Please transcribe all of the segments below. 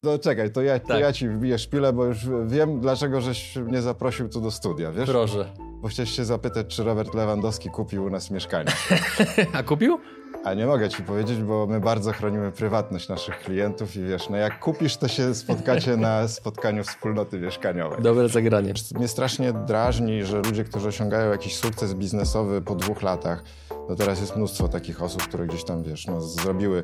No czekaj, to ja Tak. ci wbiję szpilę, bo już wiem, dlaczego żeś mnie zaprosił tu do studia, wiesz? Proszę. Bo chciałeś się zapytać, czy Robert Lewandowski kupił u nas mieszkanie. A kupił? A nie mogę ci powiedzieć, bo my bardzo chronimy prywatność naszych klientów i wiesz, no jak kupisz, to się spotkacie na spotkaniu wspólnoty mieszkaniowej. Dobre zagranie. Mnie strasznie drażni, że ludzie, którzy osiągają jakiś sukces biznesowy po 2 latach, to teraz jest mnóstwo takich osób, które gdzieś tam, wiesz, no, zrobiły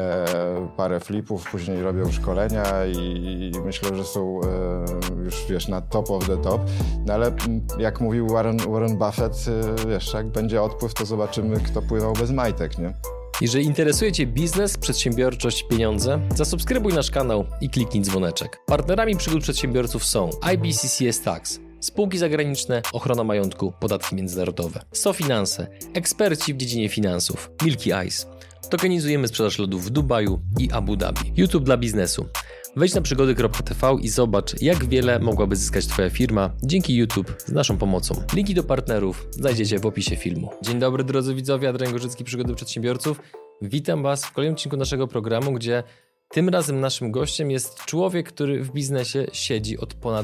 parę flipów, później robią szkolenia i myślę, że są już, wiesz, na top of the top. No ale jak mówił Warren Buffett, wiesz, jak będzie odpływ, to zobaczymy, kto pływał bez majtek, nie? Jeżeli interesuje Cię biznes, przedsiębiorczość, pieniądze, zasubskrybuj nasz kanał i kliknij dzwoneczek. Partnerami przygód przedsiębiorców są IBCCS Tax, spółki zagraniczne, ochrona majątku, podatki międzynarodowe, SoFinanse, eksperci w dziedzinie finansów, Milky Ice. Tokenizujemy sprzedaż lodów w Dubaju i Abu Dhabi. YouTube dla biznesu. Wejdź na przygody.tv i zobacz, jak wiele mogłaby zyskać Twoja firma dzięki YouTube z naszą pomocą. Linki do partnerów znajdziecie w opisie filmu. Dzień dobry drodzy widzowie, Adrian Gorzycki, Przygody Przedsiębiorców. Witam Was w kolejnym odcinku naszego programu, gdzie tym razem naszym gościem jest człowiek, który w biznesie siedzi od ponad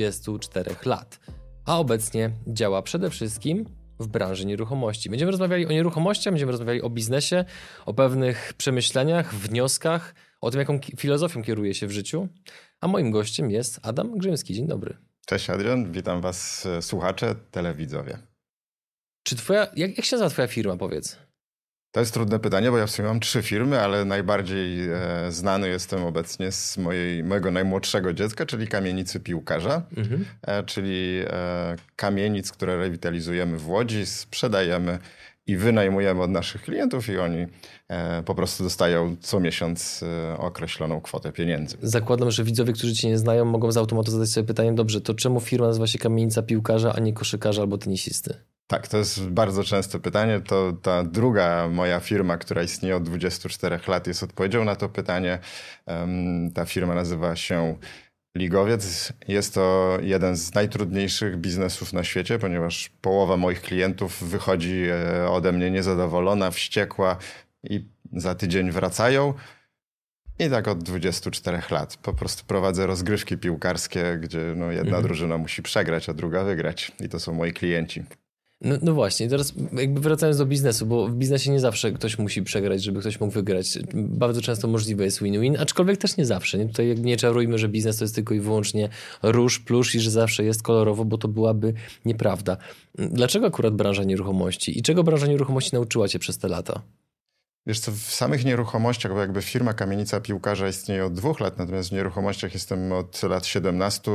24 lat, a obecnie działa przede wszystkim w branży nieruchomości. Będziemy rozmawiali o nieruchomościach, będziemy rozmawiali o biznesie, o pewnych przemyśleniach, wnioskach, o tym, jaką filozofią kieruje się w życiu. A moim gościem jest Adam Grzymski. Dzień dobry. Cześć Adrian, witam Was słuchacze, telewidzowie. Czy jak się nazywa Twoja firma, powiedz? To jest trudne pytanie, bo ja w sumie mam 3 firmy, ale najbardziej znany jestem obecnie z mojego najmłodszego dziecka, czyli Kamienicy Piłkarza, czyli kamienic, które rewitalizujemy w Łodzi, sprzedajemy i wynajmujemy od naszych klientów i oni po prostu dostają co miesiąc określoną kwotę pieniędzy. Zakładam, że widzowie, którzy Cię nie znają, mogą z automatu zadać sobie pytanie, dobrze, to czemu firma nazywa się Kamienica Piłkarza, a nie koszykarza albo tenisisty? Tak, to jest bardzo częste pytanie. To ta druga moja firma, która istnieje od 24 lat, jest odpowiedzią na to pytanie. Ta firma nazywa się Ligowiec. Jest to jeden z najtrudniejszych biznesów na świecie, ponieważ połowa moich klientów wychodzi ode mnie niezadowolona, wściekła i za tydzień wracają. I tak od 24 lat. Po prostu prowadzę rozgrywki piłkarskie, gdzie no, jedna drużyna musi przegrać, a druga wygrać. I to są moi klienci. No właśnie, teraz jakby wracając do biznesu, bo w biznesie nie zawsze ktoś musi przegrać, żeby ktoś mógł wygrać. Bardzo często możliwe jest win-win, aczkolwiek też nie zawsze. Nie? Tutaj jakby nie czarujmy, że biznes to jest tylko i wyłącznie róż, plusz i że zawsze jest kolorowo, bo to byłaby nieprawda. Dlaczego akurat branża nieruchomości? I czego branża nieruchomości nauczyła Cię przez te lata? Wiesz co, w samych nieruchomościach, bo jakby firma Kamienica Piłkarza istnieje od 2 lat, natomiast w nieruchomościach jestem od lat 17.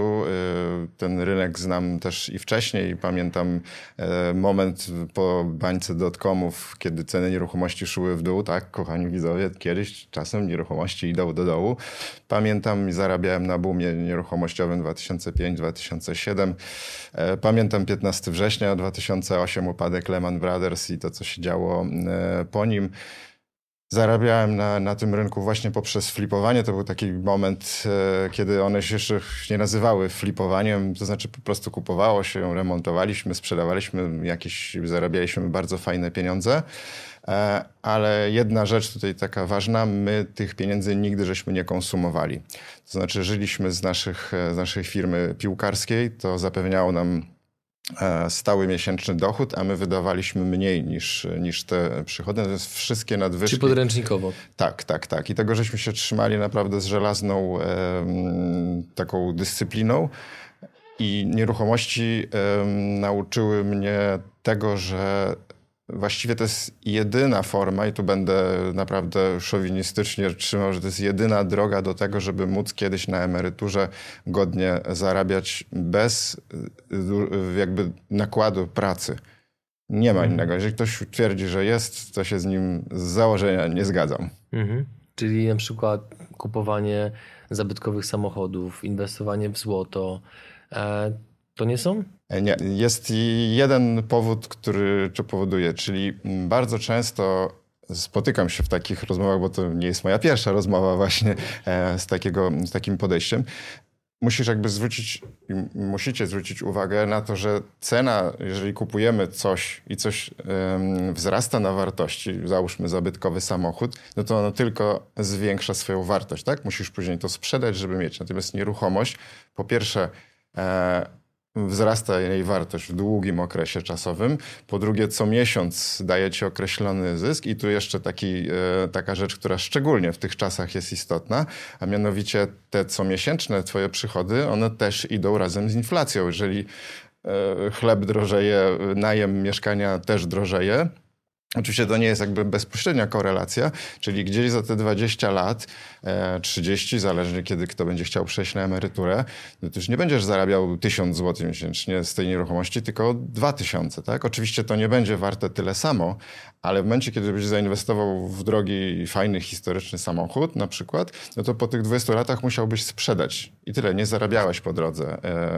Ten rynek znam też i wcześniej. Pamiętam moment po bańce dotcomów, kiedy ceny nieruchomości szły w dół. Tak, kochani widzowie, kiedyś czasem nieruchomości idą do dołu. Pamiętam i zarabiałem na boomie nieruchomościowym 2005-2007. Pamiętam 15 września 2008, upadek Lehman Brothers i to, co się działo po nim. Zarabiałem na tym rynku właśnie poprzez flipowanie. To był taki moment, kiedy one się jeszcze nie nazywały flipowaniem, to znaczy po prostu kupowało się, remontowaliśmy, sprzedawaliśmy zarabialiśmy bardzo fajne pieniądze. Ale jedna rzecz tutaj taka ważna, my tych pieniędzy nigdy żeśmy nie konsumowali. To znaczy żyliśmy z naszej firmy piłkarskiej, to zapewniało nam stały miesięczny dochód, a my wydawaliśmy mniej niż te przychody. To jest wszystkie nadwyżki. Czy podręcznikowo? Tak. I tego żeśmy się trzymali naprawdę z żelazną taką dyscypliną. I nieruchomości nauczyły mnie tego, że właściwie to jest jedyna forma, i tu będę naprawdę szowinistycznie trzymał, że to jest jedyna droga do tego, żeby móc kiedyś na emeryturze godnie zarabiać bez jakby nakładu pracy. Nie ma innego. Jeżeli ktoś twierdzi, że jest, to się z nim z założenia nie zgadzam. Czyli na przykład kupowanie zabytkowych samochodów, inwestowanie w złoto, to nie są? Nie, jest jeden powód, który to powoduje, czyli bardzo często spotykam się w takich rozmowach, bo to nie jest moja pierwsza rozmowa właśnie z takim podejściem. musisz jakby musicie zwrócić uwagę na to, że cena, jeżeli kupujemy coś i coś wzrasta na wartości, załóżmy zabytkowy samochód, no to ono tylko zwiększa swoją wartość, tak? Musisz później to sprzedać, żeby mieć. Natomiast nieruchomość, po pierwsze, wzrasta jej wartość w długim okresie czasowym. Po drugie, co miesiąc daje ci określony zysk i tu jeszcze taka rzecz, która szczególnie w tych czasach jest istotna, a mianowicie te comiesięczne twoje przychody, one też idą razem z inflacją. Jeżeli chleb drożeje, najem mieszkania też drożeje, oczywiście to nie jest jakby bezpośrednia korelacja, czyli gdzieś za te 20 lat, 30, zależnie kiedy kto będzie chciał przejść na emeryturę, no to już nie będziesz zarabiał 1000 zł miesięcznie z tej nieruchomości, tylko 2000, tak? Oczywiście to nie będzie warte tyle samo, ale w momencie, kiedy byś zainwestował w drogi, fajny, historyczny samochód na przykład, no to po tych 20 latach musiałbyś sprzedać i tyle, nie zarabiałeś po drodze.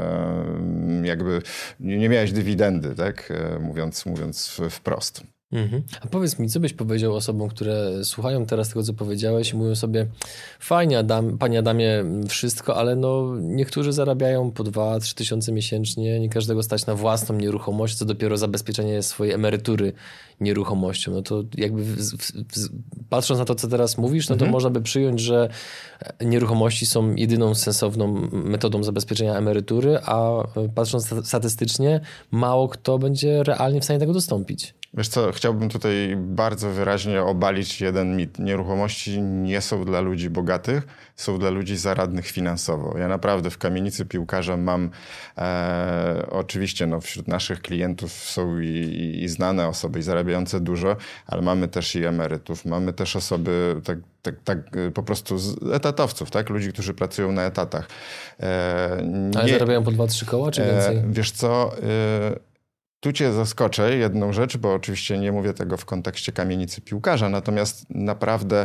Jakby nie miałeś dywidendy, tak? Mówiąc wprost. A powiedz mi, co byś powiedział osobom, które słuchają teraz tego, co powiedziałeś i mówią sobie, fajnie, panie Adamie, wszystko, ale no niektórzy zarabiają po 2-3 tysiące miesięcznie, nie każdego stać na własną nieruchomość, co dopiero zabezpieczenie swojej emerytury nieruchomością. No to jakby patrząc na to, co teraz mówisz, no to można by przyjąć, że nieruchomości są jedyną sensowną metodą zabezpieczenia emerytury, a patrząc statystycznie, mało kto będzie realnie w stanie tego dostąpić. Wiesz co, chciałbym tutaj bardzo wyraźnie obalić jeden mit. Nieruchomości nie są dla ludzi bogatych, są dla ludzi zaradnych finansowo. Ja naprawdę w kamienicy piłkarza mam, oczywiście wśród naszych klientów są i znane osoby i zarabiające dużo, ale mamy też i emerytów, mamy też osoby tak po prostu etatowców, tak? Ludzi, którzy pracują na etatach. Ale zarabiają po 2-3 koła, czy więcej? Wiesz co... Tu cię zaskoczę jedną rzecz, bo oczywiście nie mówię tego w kontekście kamienicy piłkarza, natomiast naprawdę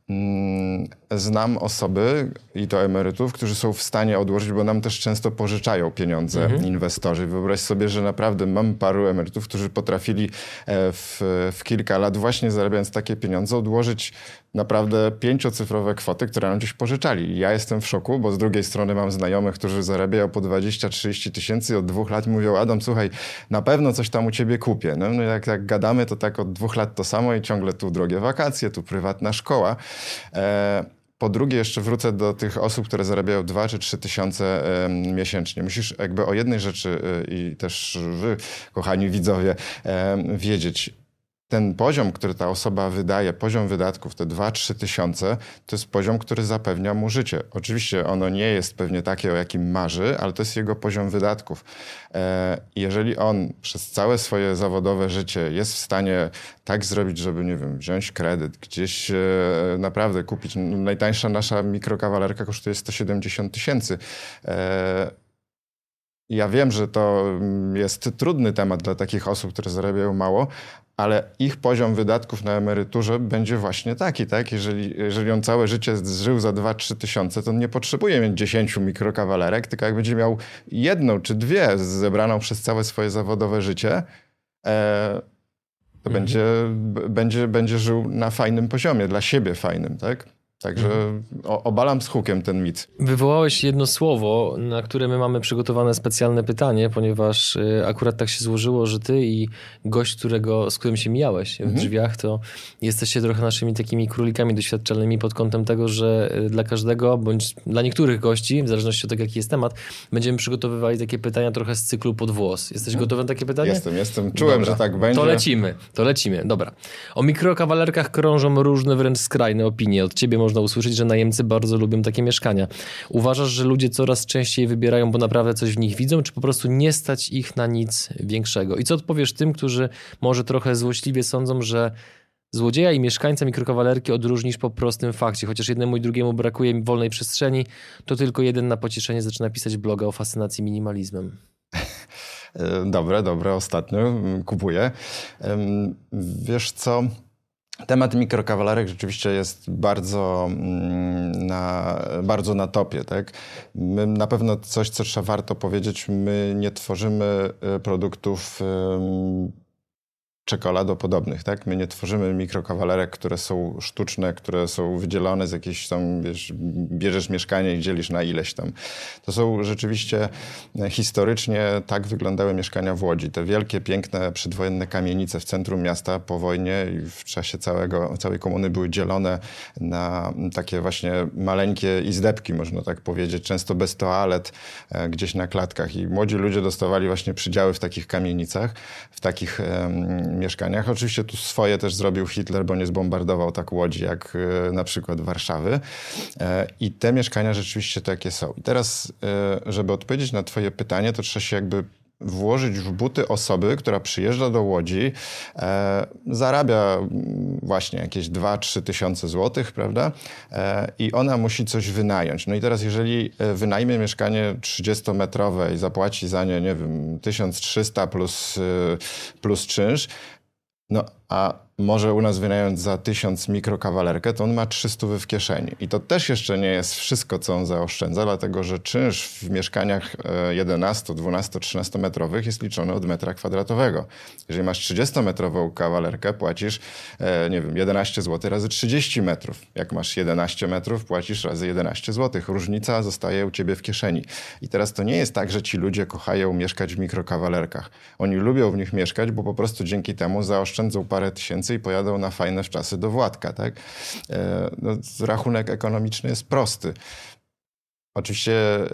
znam osoby, i to emerytów, którzy są w stanie odłożyć, bo nam też często pożyczają pieniądze inwestorzy. Wyobraź sobie, że naprawdę mam paru emerytów, którzy potrafili w kilka lat właśnie zarabiając takie pieniądze odłożyć naprawdę 5-cyfrowe kwoty, które nam gdzieś pożyczali. I ja jestem w szoku, bo z drugiej strony mam znajomych, którzy zarabiają po 20-30 tysięcy i od 2 lat mówią, Adam, słuchaj, na pewno coś tam u ciebie kupię. No jak gadamy, to tak od 2 lat to samo i ciągle tu drogie wakacje, tu prywatna szkoła. Po drugie, jeszcze wrócę do tych osób, które zarabiają 2 czy 3 tysiące miesięcznie. Musisz jakby o jednej rzeczy i też wy, kochani widzowie, wiedzieć. Ten poziom, który ta osoba wydaje, poziom wydatków, te 2-3 tysiące, to jest poziom, który zapewnia mu życie. Oczywiście ono nie jest pewnie takie, o jakim marzy, ale to jest jego poziom wydatków. Jeżeli on przez całe swoje zawodowe życie jest w stanie tak zrobić, żeby, nie wiem, wziąć kredyt, gdzieś naprawdę kupić, najtańsza nasza mikrokawalerka kosztuje 170 tysięcy. Ja wiem, że to jest trudny temat dla takich osób, które zarabiają mało, ale ich poziom wydatków na emeryturze będzie właśnie taki, tak? Jeżeli on całe życie żył za 2-3 tysiące, to on nie potrzebuje mieć 10 mikrokawalerek, tylko jak będzie miał 1 czy 2 zebraną przez całe swoje zawodowe życie, to będzie żył na fajnym poziomie, dla siebie fajnym, tak? Także obalam z hukiem ten mit. Wywołałeś jedno słowo, na które my mamy przygotowane specjalne pytanie, ponieważ akurat tak się złożyło, że ty i gość, z którym się mijałeś w drzwiach, to jesteście trochę naszymi takimi królikami doświadczalnymi pod kątem tego, że dla każdego, bądź dla niektórych gości, w zależności od tego, jaki jest temat, będziemy przygotowywali takie pytania trochę z cyklu pod włos. Jesteś gotowy na takie pytanie? Jestem. Czułem, że tak będzie. To lecimy. Dobra. O mikrokawalerkach krążą różne, wręcz skrajne opinie. Od ciebie można usłyszeć, że najemcy bardzo lubią takie mieszkania. Uważasz, że ludzie coraz częściej wybierają, bo naprawdę coś w nich widzą, czy po prostu nie stać ich na nic większego? I co odpowiesz tym, którzy może trochę złośliwie sądzą, że złodzieja i mieszkańca mikrokawalerki odróżnisz po prostym fakcie. Chociaż jednemu i drugiemu brakuje wolnej przestrzeni, to tylko jeden na pocieszenie zaczyna pisać bloga o fascynacji minimalizmem. Dobre, ostatnio kupuję. Wiesz co... Temat mikrokawalerek rzeczywiście jest bardzo na topie, tak? My na pewno coś, co trzeba warto powiedzieć, my nie tworzymy produktów czekoladopodobnych, tak? My nie tworzymy mikrokawalerek, które są sztuczne, które są wydzielone z jakiejś tam, wiesz, bierzesz mieszkanie i dzielisz na ileś tam. To są rzeczywiście historycznie tak wyglądały mieszkania w Łodzi. Te wielkie, piękne, przedwojenne kamienice w centrum miasta po wojnie i w czasie całej komuny były dzielone na takie właśnie maleńkie izdebki, można tak powiedzieć, często bez toalet, gdzieś na klatkach. I młodzi ludzie dostawali właśnie przydziały w takich kamienicach, w takich mieszkaniach. Oczywiście tu swoje też zrobił Hitler, bo nie zbombardował tak Łodzi jak na przykład Warszawy. I te mieszkania rzeczywiście takie są. I teraz, żeby odpowiedzieć na twoje pytanie, to trzeba się jakby włożyć w buty osoby, która przyjeżdża do Łodzi, zarabia właśnie jakieś 2-3 tysiące złotych, prawda? I ona musi coś wynająć. No i teraz jeżeli wynajmie mieszkanie 30-metrowe i zapłaci za nie, nie wiem, 1300 plus czynsz, no a może u nas wynająć za 1000 mikrokawalerkę, to on ma 300 w kieszeni. I to też jeszcze nie jest wszystko, co on zaoszczędza, dlatego że czynsz w mieszkaniach 11, 12, 13 metrowych jest liczony od metra kwadratowego. Jeżeli masz 30-metrową kawalerkę, płacisz, nie wiem, 11 zł razy 30 metrów. Jak masz 11 metrów, płacisz razy 11 zł. Różnica zostaje u ciebie w kieszeni. I teraz to nie jest tak, że ci ludzie kochają mieszkać w mikrokawalerkach. Oni lubią w nich mieszkać, bo po prostu dzięki temu zaoszczędzą parę tysięcy i pojadą na fajne wczasy do Władka, tak? No, rachunek ekonomiczny jest prosty. Oczywiście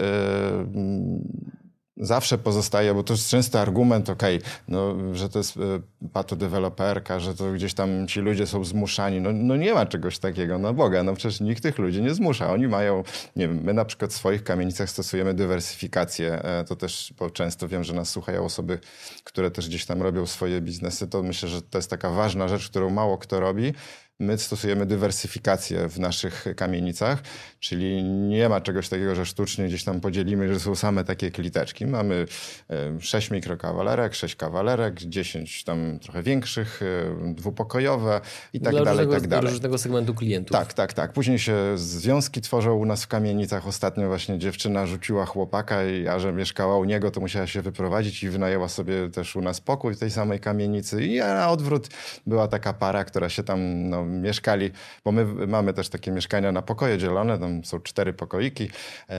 zawsze pozostaje, bo to jest często argument, no, że to jest patodeweloperka, że to gdzieś tam ci ludzie są zmuszani. No nie ma czegoś takiego, no Boga, no przecież nikt tych ludzi nie zmusza. Oni mają, nie wiem, my na przykład w swoich kamienicach stosujemy dywersyfikację. To też, bo często wiem, że nas słuchają osoby, które też gdzieś tam robią swoje biznesy. To myślę, że to jest taka ważna rzecz, którą mało kto robi. My stosujemy dywersyfikację w naszych kamienicach, czyli nie ma czegoś takiego, że sztucznie gdzieś tam podzielimy, że są same takie kliteczki. Mamy 6 mikrokawalerek, 6 kawalerek, 10 tam trochę większych, dwupokojowe i tak dalej, tak dalej. Dla różnego segmentu klientów. Tak. Później się związki tworzą u nas w kamienicach. Ostatnio właśnie dziewczyna rzuciła chłopaka, a że mieszkała u niego, to musiała się wyprowadzić i wynajęła sobie też u nas pokój w tej samej kamienicy. I na odwrót była taka para, która się tam mieszkali, bo my mamy też takie mieszkania na pokoje dzielone, tam są 4 pokoiki,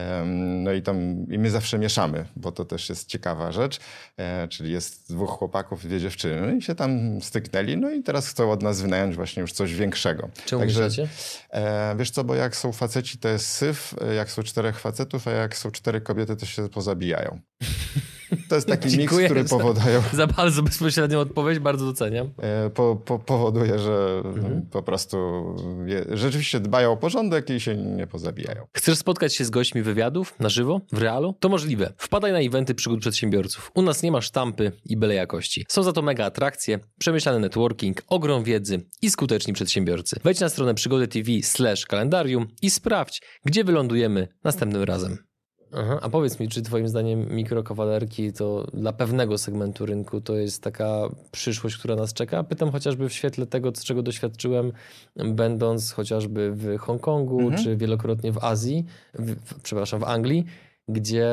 no i my zawsze mieszamy, bo to też jest ciekawa rzecz, czyli jest 2 chłopaków i 2 dziewczyny, no i się tam styknęli, no i teraz chcą od nas wynająć właśnie już coś większego. Czemu mieszacie? Wiesz co, bo jak są faceci, to jest syf, jak są 4 facetów, a jak są 4 kobiety, to się pozabijają. To jest taki miks, który powoduje... Za bardzo bezpośrednią odpowiedź, bardzo doceniam. Powoduje, że po prostu rzeczywiście dbają o porządek i się nie pozabijają. Chcesz spotkać się z gośćmi wywiadów na żywo, w realu? To możliwe. Wpadaj na eventy przygód przedsiębiorców. U nas nie ma sztampy i byle jakości. Są za to mega atrakcje, przemyślany networking, ogrom wiedzy i skuteczni przedsiębiorcy. Wejdź na stronę przygody.tv/kalendarium i sprawdź, gdzie wylądujemy następnym razem. Aha, a powiedz mi, czy twoim zdaniem mikrokawalerki to dla pewnego segmentu rynku to jest taka przyszłość, która nas czeka? Pytam chociażby w świetle tego, czego doświadczyłem, będąc chociażby w Hongkongu, czy wielokrotnie w Azji, w Anglii, gdzie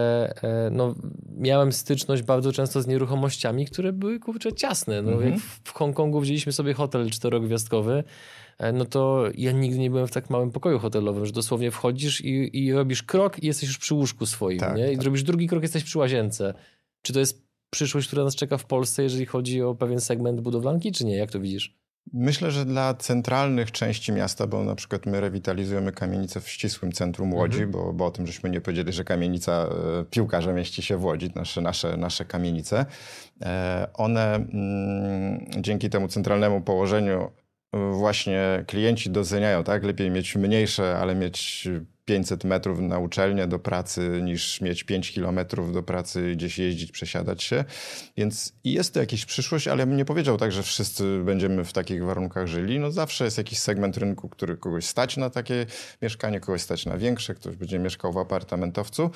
miałem styczność bardzo często z nieruchomościami, które były ciasne. Jak w Hongkongu wzięliśmy sobie hotel 4-gwiazdkowy, no to ja nigdy nie byłem w tak małym pokoju hotelowym, że dosłownie wchodzisz i robisz krok i jesteś już przy łóżku swoim, nie? I robisz drugi krok, jesteś przy łazience. Czy to jest przyszłość, która nas czeka w Polsce, jeżeli chodzi o pewien segment budowlanki, czy nie? Jak to widzisz? Myślę, że dla centralnych części miasta, bo na przykład my rewitalizujemy kamienicę w ścisłym centrum Łodzi, bo o tym żeśmy nie powiedzieli, że kamienica piłkarza mieści się w Łodzi, nasze kamienice. One dzięki temu centralnemu położeniu właśnie klienci doceniają, tak? Lepiej mieć mniejsze, ale mieć 500 metrów na uczelnię do pracy, niż mieć 5 kilometrów do pracy, gdzieś jeździć, przesiadać się. Więc jest to jakaś przyszłość, ale bym nie powiedział tak, że wszyscy będziemy w takich warunkach żyli. No zawsze jest jakiś segment rynku, który kogoś stać na takie mieszkanie, kogoś stać na większe, ktoś będzie mieszkał w apartamentowcu.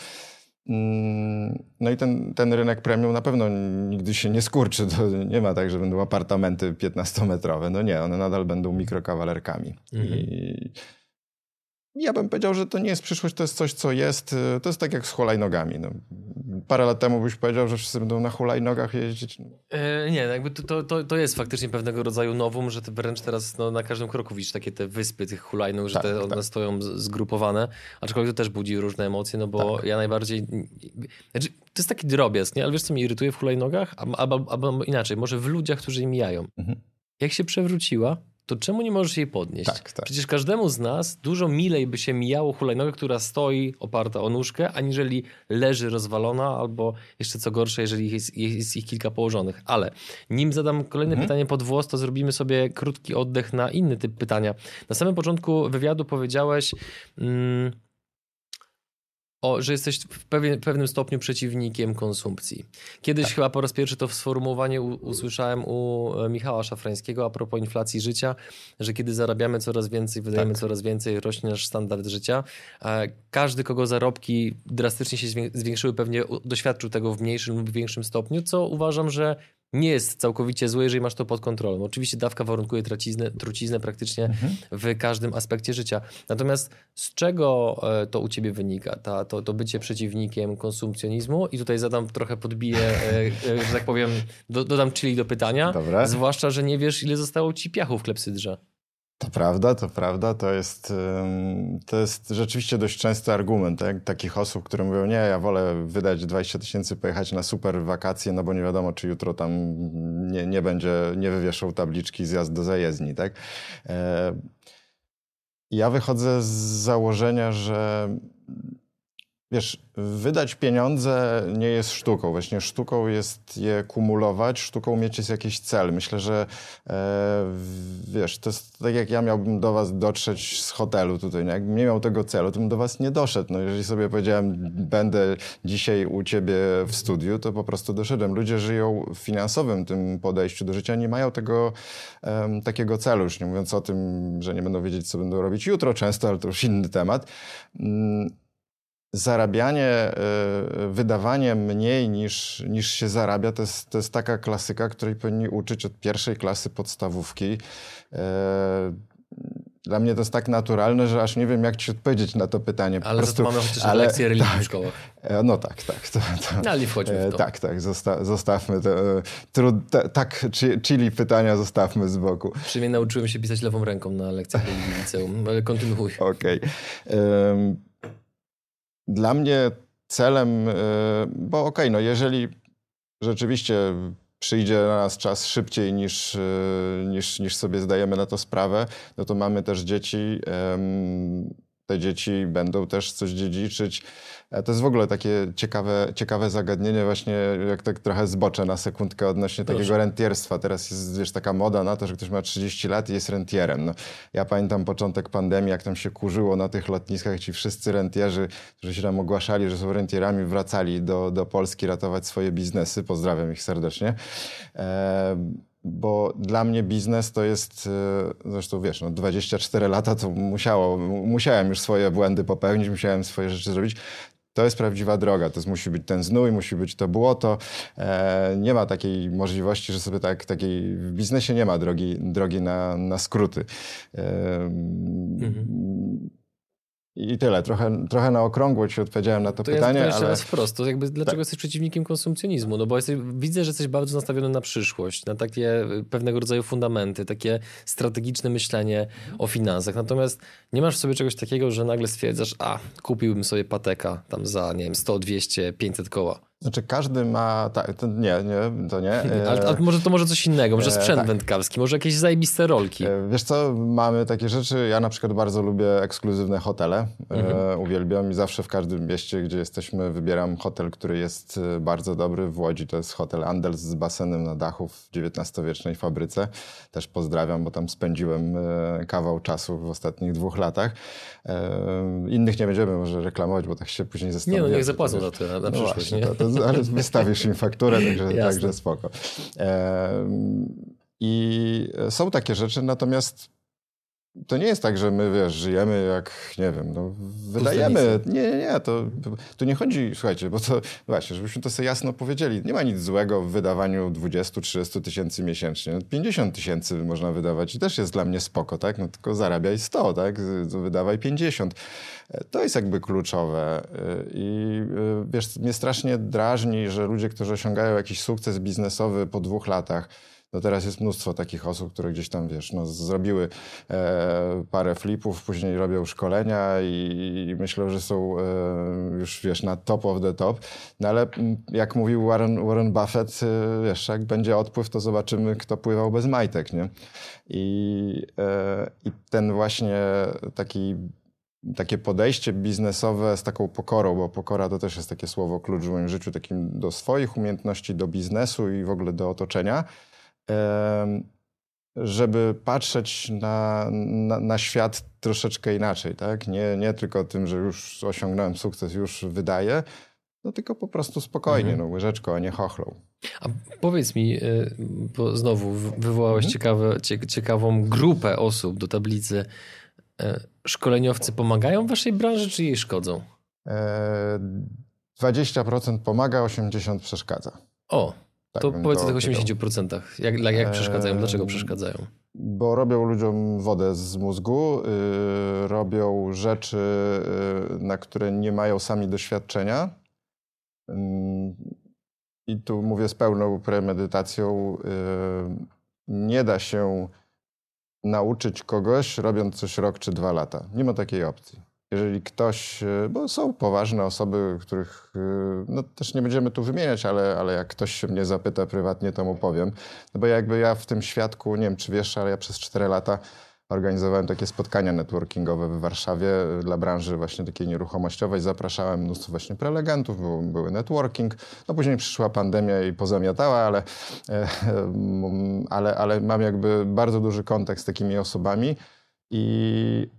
No i ten rynek premium na pewno nigdy się nie skurczy. To nie ma tak, że będą apartamenty 15-metrowe. No nie, one nadal będą mikrokawalerkami. I ja bym powiedział, że to nie jest przyszłość, to jest coś, co jest. To jest tak jak z hulajnogami. No, parę lat temu byś powiedział, że wszyscy będą na hulajnogach jeździć? Nie, jakby to jest faktycznie pewnego rodzaju nowum, że ty wręcz teraz na każdym kroku widzisz takie te wyspy tych hulajnóg, że one stoją zgrupowane, aczkolwiek to też budzi różne emocje, no bo ja najbardziej... Znaczy, to jest taki drobiazg, nie? Ale wiesz, co mnie irytuje w hulajnogach? Albo inaczej, może w ludziach, którzy je mijają. Jak się przewróciła, to czemu nie możesz jej podnieść? Tak. Przecież każdemu z nas dużo milej by się mijało hulajnogę, która stoi oparta o nóżkę, aniżeli leży rozwalona, albo jeszcze co gorsze, jeżeli jest ich kilka położonych. Ale nim zadam kolejne pytanie pod włos, to zrobimy sobie krótki oddech na inny typ pytania. Na samym początku wywiadu powiedziałeś... że jesteś w pewnym stopniu przeciwnikiem konsumpcji. Kiedyś chyba po raz pierwszy to sformułowanie usłyszałem u Michała Szafrańskiego a propos inflacji życia, że kiedy zarabiamy coraz więcej, wydajemy coraz więcej, rośnie nasz standard życia. Każdy, kogo zarobki drastycznie się zwiększyły, pewnie doświadczył tego w mniejszym lub większym stopniu, co uważam, że nie jest całkowicie złe, jeżeli masz to pod kontrolą. Oczywiście dawka warunkuje truciznę praktycznie w każdym aspekcie życia. Natomiast z czego to u ciebie wynika? To bycie przeciwnikiem konsumpcjonizmu? I tutaj podbiję, że tak powiem, dodam chili do pytania. Dobra. Zwłaszcza, że nie wiesz, ile zostało ci piachu w klepsydrze. To prawda. To jest rzeczywiście dość częsty argument takich osób, które mówią, nie, ja wolę wydać 20 000, pojechać na super wakacje, no bo nie wiadomo, czy jutro tam nie wywieszą tabliczki zjazd do zajezdni, tak? Ja wychodzę z założenia, że wiesz, wydać pieniądze nie jest sztuką. Właśnie sztuką jest je kumulować, sztuką mieć jest jakiś cel. Myślę, że wiesz, to jest tak jak ja miałbym do was dotrzeć z hotelu tutaj. No, jakbym nie miał tego celu, to bym do was nie doszedł. No, jeżeli sobie powiedziałem, będę dzisiaj u ciebie w studiu, to po prostu doszedłem. Ludzie żyją w finansowym tym podejściu do życia, nie mają tego takiego celu. Już nie mówiąc o tym, że nie będą wiedzieć, co będą robić jutro często, ale to już inny temat. Zarabianie, wydawanie mniej niż się zarabia, to jest taka klasyka, której powinni uczyć od pierwszej klasy podstawówki. Dla mnie to jest tak naturalne, że aż nie wiem, jak ci odpowiedzieć na to pytanie. Ale za to mamy chociaż lekcje religii w szkołach. No tak. Ale nie wchodźmy w to. Tak, zostawmy to. Chili pytania zostawmy z boku. Przynajmniej nauczyłem się pisać lewą ręką na lekcjach religii w liceum, ale kontynuuj. Okej. Dla mnie celem, bo no jeżeli rzeczywiście przyjdzie na nas czas szybciej niż sobie zdajemy na to sprawę, no to mamy też dzieci. Te dzieci będą też coś dziedziczyć. To jest w ogóle takie ciekawe zagadnienie, właśnie jak tak trochę zboczę na sekundkę odnośnie takiego rentierstwa. Teraz jest, wiesz, taka moda na to, że ktoś ma 30 lat i jest rentierem. No, ja pamiętam początek pandemii, jak tam się kurzyło na tych lotniskach, ci wszyscy rentierzy, którzy się tam ogłaszali, że są rentierami, wracali do Polski ratować swoje biznesy. Pozdrawiam ich serdecznie. Bo dla mnie biznes to jest, zresztą wiesz, 24 lata to musiałem już swoje błędy popełnić, musiałem swoje rzeczy zrobić. To jest prawdziwa droga, to musi być ten znój, musi być to błoto. Nie ma takiej możliwości, że sobie w biznesie nie ma drogi na skróty. I tyle. Trochę na okrągło ci odpowiedziałem na to pytanie. Ja jeszcze raz wprost. To dlaczego jesteś przeciwnikiem konsumpcjonizmu? No bo widzę, że jesteś bardzo nastawiony na przyszłość, na takie pewnego rodzaju fundamenty, takie strategiczne myślenie o finansach. Natomiast nie masz w sobie czegoś takiego, że nagle stwierdzasz, kupiłbym sobie Pateka tam za, nie wiem, 100, 200, 500 koła. Znaczy każdy ma... to nie. Ale może coś innego, może sprzęt wędkarski, może jakieś zajebiste rolki. Wiesz co, mamy takie rzeczy. Ja na przykład bardzo lubię ekskluzywne hotele. Uwielbiam i zawsze w każdym mieście, gdzie jesteśmy, wybieram hotel, który jest bardzo dobry. W Łodzi to jest hotel Andels z basenem na dachu w XIX-wiecznej fabryce. Też pozdrawiam, bo tam spędziłem kawał czasu w ostatnich 2 latach. Innych nie będziemy może reklamować, bo tak się później zastanawiam. Nie, niech zapłacą za to na przyszłość. Właśnie, ale wystawisz im fakturę, także spoko. I są takie rzeczy, natomiast to nie jest tak, że my, wiesz, żyjemy jak, nie wiem, no wydajemy. Nie, to tu nie chodzi, słuchajcie, bo to właśnie, żebyśmy to sobie jasno powiedzieli, nie ma nic złego w wydawaniu 20-30 tysięcy miesięcznie. 50 tysięcy można wydawać i też jest dla mnie spoko, tak? No tylko zarabiaj 100, tak? Wydawaj 50. To jest jakby kluczowe i wiesz, mnie strasznie drażni, że ludzie, którzy osiągają jakiś sukces biznesowy po 2 latach, no teraz jest mnóstwo takich osób, które gdzieś tam, wiesz, no zrobiły parę flipów, później robią szkolenia i myślą, że są już, wiesz, na top of the top. No ale jak mówił Warren Buffett, wiesz, jak będzie odpływ, to zobaczymy, kto pływał bez majtek, nie? I ten właśnie takie podejście biznesowe z taką pokorą, bo pokora to też jest takie słowo klucz w moim życiu, takim do swoich umiejętności, do biznesu i w ogóle do otoczenia, żeby patrzeć na świat troszeczkę inaczej, tak? Nie tylko tym, że już osiągnąłem sukces, już wydaję, no tylko po prostu spokojnie, no łyżeczką, a nie chochlą. A powiedz mi, bo znowu wywołałeś ciekawą grupę osób do tablicy. Szkoleniowcy pomagają w waszej branży, czy jej szkodzą? 20% pomaga, 80% przeszkadza. O, tak to powiedz o tych 80%. Jak przeszkadzają? Dlaczego przeszkadzają? Bo robią ludziom wodę z mózgu, robią rzeczy, na które nie mają sami doświadczenia. I tu mówię z pełną premedytacją. Nie da się nauczyć kogoś, robiąc coś rok czy 2 lata. Nie ma takiej opcji. Jeżeli ktoś, bo są poważne osoby, których no też nie będziemy tu wymieniać, ale jak ktoś się mnie zapyta prywatnie, to mu powiem. No bo jakby ja w tym świadku, nie wiem czy wiesz, ale ja przez 4 lata organizowałem takie spotkania networkingowe w Warszawie dla branży właśnie takiej nieruchomościowej. Zapraszałem mnóstwo właśnie prelegentów, były networking. No później przyszła pandemia i pozamiatała, ale mam jakby bardzo duży kontakt z takimi osobami i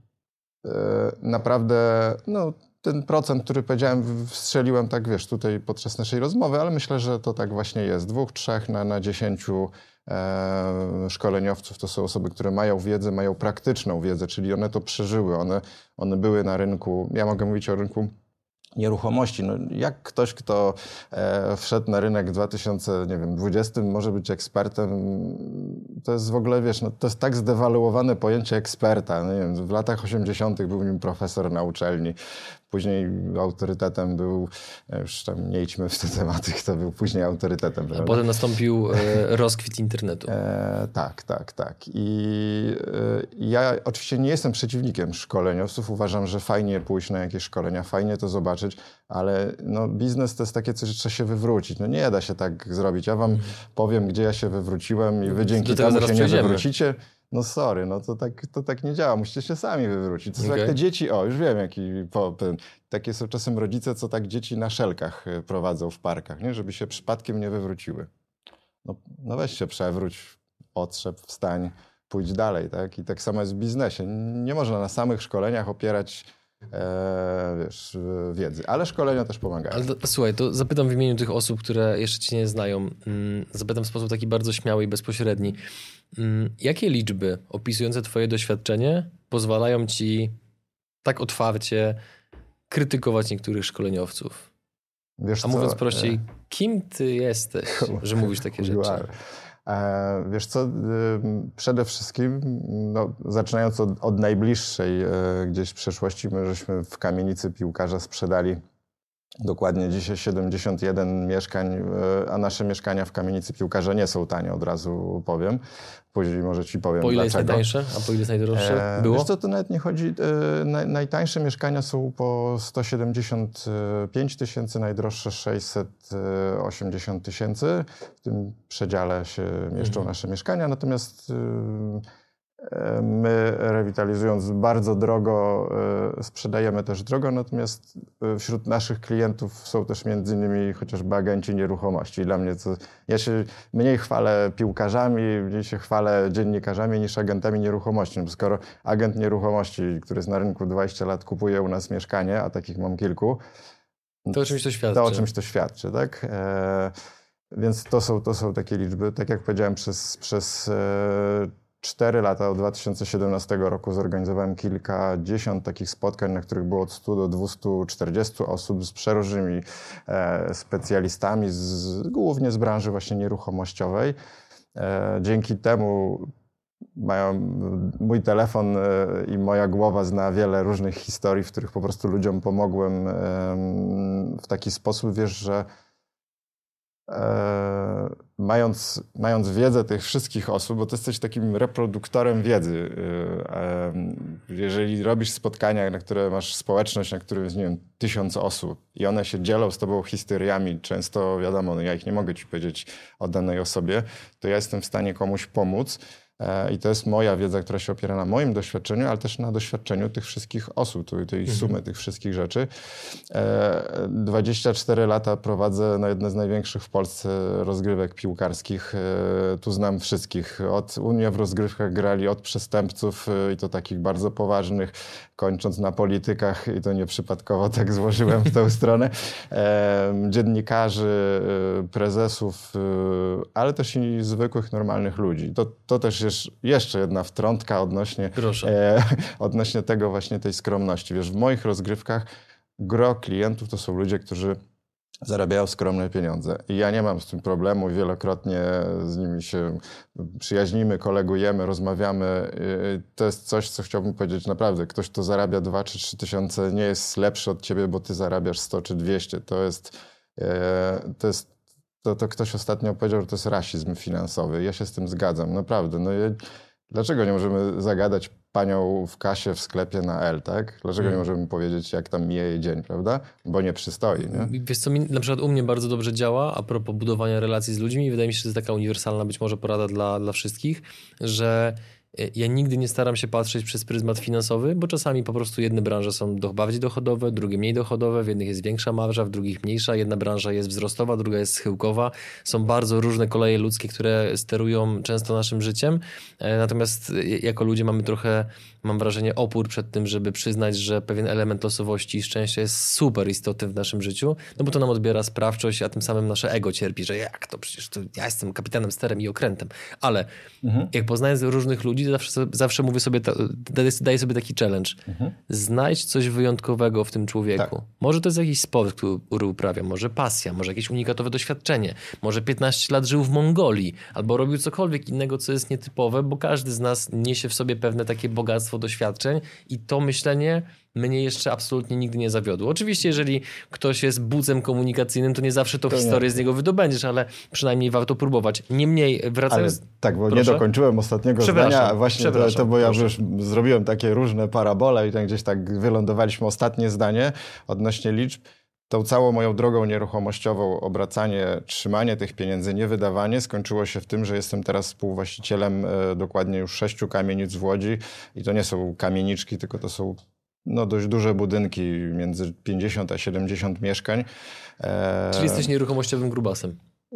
naprawdę no, ten procent, który powiedziałem, strzeliłem tak, wiesz, tutaj podczas naszej rozmowy, ale myślę, że to tak właśnie jest. 2, 3 na 10 szkoleniowców to są osoby, które mają wiedzę, mają praktyczną wiedzę, czyli one to przeżyły, one były na rynku, ja mogę mówić o rynku nieruchomości. No, jak ktoś, kto wszedł na rynek w 2020 może być ekspertem, to jest w ogóle, wiesz, no, to jest tak zdewaluowane pojęcie eksperta. No, nie wiem, w latach 80. był nim profesor na uczelni. Później autorytetem był, już tam nie idźmy w te tematy, kto był później autorytetem. A potem nastąpił rozkwit internetu. Tak. I ja oczywiście nie jestem przeciwnikiem szkoleniowców. Uważam, że fajnie pójść na jakieś szkolenia, fajnie to zobaczyć, ale no, biznes to jest takie coś, że trzeba się wywrócić. No nie da się tak zrobić. Ja wam powiem, gdzie ja się wywróciłem i wy dzięki temu się nie wywrócicie. No sorry, no to tak nie działa. Musicie się sami wywrócić. To są jak te dzieci, już wiem, takie są czasem rodzice, co tak dzieci na szelkach prowadzą w parkach, nie? Żeby się przypadkiem nie wywróciły. No weź się przewróć, otrzep, wstań, pójdź dalej, tak? I tak samo jest w biznesie. Nie można na samych szkoleniach opierać wiesz, wiedzy, ale szkolenia też pomagają. Ale słuchaj, to zapytam w imieniu tych osób, które jeszcze cię nie znają, zapytam w sposób taki bardzo śmiały i bezpośredni. Jakie liczby opisujące twoje doświadczenie pozwalają ci tak otwarcie krytykować niektórych szkoleniowców? Wiesz, mówiąc prościej, kim ty jesteś, że mówisz takie rzeczy? Wiesz co, przede wszystkim, no, zaczynając od najbliższej gdzieś przeszłości, my żeśmy w kamienicy piłkarza sprzedali dokładnie dzisiaj 71 mieszkań, a nasze mieszkania w kamienicy piłkarza nie są tanie, od razu powiem. Później może ci powiem po ile dlaczego. Jest najtańsze, a po ile jest najdroższe? Było? Wiesz co, to nawet nie chodzi. Najtańsze mieszkania są po 175 tysięcy, najdroższe 680 tysięcy. W tym przedziale się mieszczą nasze mieszkania, natomiast my rewitalizując bardzo drogo, sprzedajemy też drogo, natomiast wśród naszych klientów są też między innymi chociażby agenci nieruchomości. Dla mnie ja się mniej chwalę piłkarzami, mniej się chwalę dziennikarzami niż agentami nieruchomości. No bo skoro agent nieruchomości, który jest na rynku 20 lat, kupuje u nas mieszkanie, a takich mam kilku, to o czymś to świadczy. To o czymś to świadczy, tak? Więc to są takie liczby. Tak jak powiedziałem, przez 4 lata, od 2017 roku zorganizowałem kilkadziesiąt takich spotkań, na których było od 100 do 240 osób z przeróżnymi specjalistami, głównie z branży właśnie nieruchomościowej. Dzięki temu mój telefon i moja głowa zna wiele różnych historii, w których po prostu ludziom pomogłem w taki sposób, wiesz, że mając wiedzę tych wszystkich osób, bo ty jesteś takim reproduktorem wiedzy. Jeżeli robisz spotkania, na które masz społeczność, na którym jest, nie wiem, 1000 osób i one się dzielą z tobą historiami, często wiadomo, no ja ich nie mogę ci powiedzieć o danej osobie, to ja jestem w stanie komuś pomóc. I to jest moja wiedza, która się opiera na moim doświadczeniu, ale też na doświadczeniu tych wszystkich osób, tej sumy tych wszystkich rzeczy. 24 lata prowadzę jedne z największych w Polsce rozgrywek piłkarskich. Tu znam wszystkich. Od Unia w rozgrywkach grali od przestępców i to takich bardzo poważnych, kończąc na politykach i to nieprzypadkowo tak złożyłem w tę stronę. Dziennikarzy, prezesów, ale też i zwykłych, normalnych ludzi. To też jest jeszcze jedna wtrątka odnośnie tego właśnie tej skromności. Wiesz, w moich rozgrywkach gro klientów to są ludzie, którzy zarabiają skromne pieniądze. I ja nie mam z tym problemu. Wielokrotnie z nimi się przyjaźnimy, kolegujemy, rozmawiamy. To jest coś, co chciałbym powiedzieć naprawdę. Ktoś, kto zarabia 2 czy 3 tysiące, nie jest lepszy od ciebie, bo ty zarabiasz 100 czy 200. To ktoś ostatnio powiedział, że to jest rasizm finansowy. Ja się z tym zgadzam, naprawdę. Dlaczego nie możemy zagadać panią w kasie w sklepie na L, tak? Dlaczego nie możemy powiedzieć, jak tam mija jej dzień, prawda? Bo nie przystoi, nie? Wiesz co, na przykład u mnie bardzo dobrze działa a propos budowania relacji z ludźmi. Wydaje mi się, że to jest taka uniwersalna być może porada dla wszystkich, że ja nigdy nie staram się patrzeć przez pryzmat finansowy, bo czasami po prostu jedne branże są bardziej dochodowe, drugie mniej dochodowe, w jednych jest większa marża, w drugich mniejsza, jedna branża jest wzrostowa, druga jest schyłkowa. Są bardzo różne koleje ludzkie, które sterują często naszym życiem, natomiast jako ludzie mamy trochę, mam wrażenie, opór przed tym, żeby przyznać, że pewien element losowości i szczęścia jest super istotny w naszym życiu, no bo to nam odbiera sprawczość, a tym samym nasze ego cierpi, że jak to przecież to ja jestem kapitanem, sterem i okrętem. Ale jak poznając różnych ludzi, zawsze mówię sobie, daję sobie taki challenge. Znajdź coś wyjątkowego w tym człowieku. Tak. Może to jest jakiś sport, który uprawia, może pasja, może jakieś unikatowe doświadczenie, może 15 lat żył w Mongolii, albo robił cokolwiek innego, co jest nietypowe, bo każdy z nas niesie w sobie pewne takie bogactwo doświadczeń i to myślenie mnie jeszcze absolutnie nigdy nie zawiodło. Oczywiście, jeżeli ktoś jest bucem komunikacyjnym, to nie zawsze to historię z niego wydobędziesz, ale przynajmniej warto próbować. Niemniej, wracając... Tak, bo nie dokończyłem ostatniego zdania. Właśnie bo ja już zrobiłem takie różne parabole i tam gdzieś tak wylądowaliśmy ostatnie zdanie odnośnie liczb. Tą całą moją drogą nieruchomościową, obracanie, trzymanie tych pieniędzy, nie wydawanie, skończyło się w tym, że jestem teraz współwłaścicielem dokładnie już 6 kamienic w Łodzi i to nie są kamieniczki, tylko to są dość duże budynki, między 50 a 70 mieszkań. Czyli jesteś nieruchomościowym grubasem?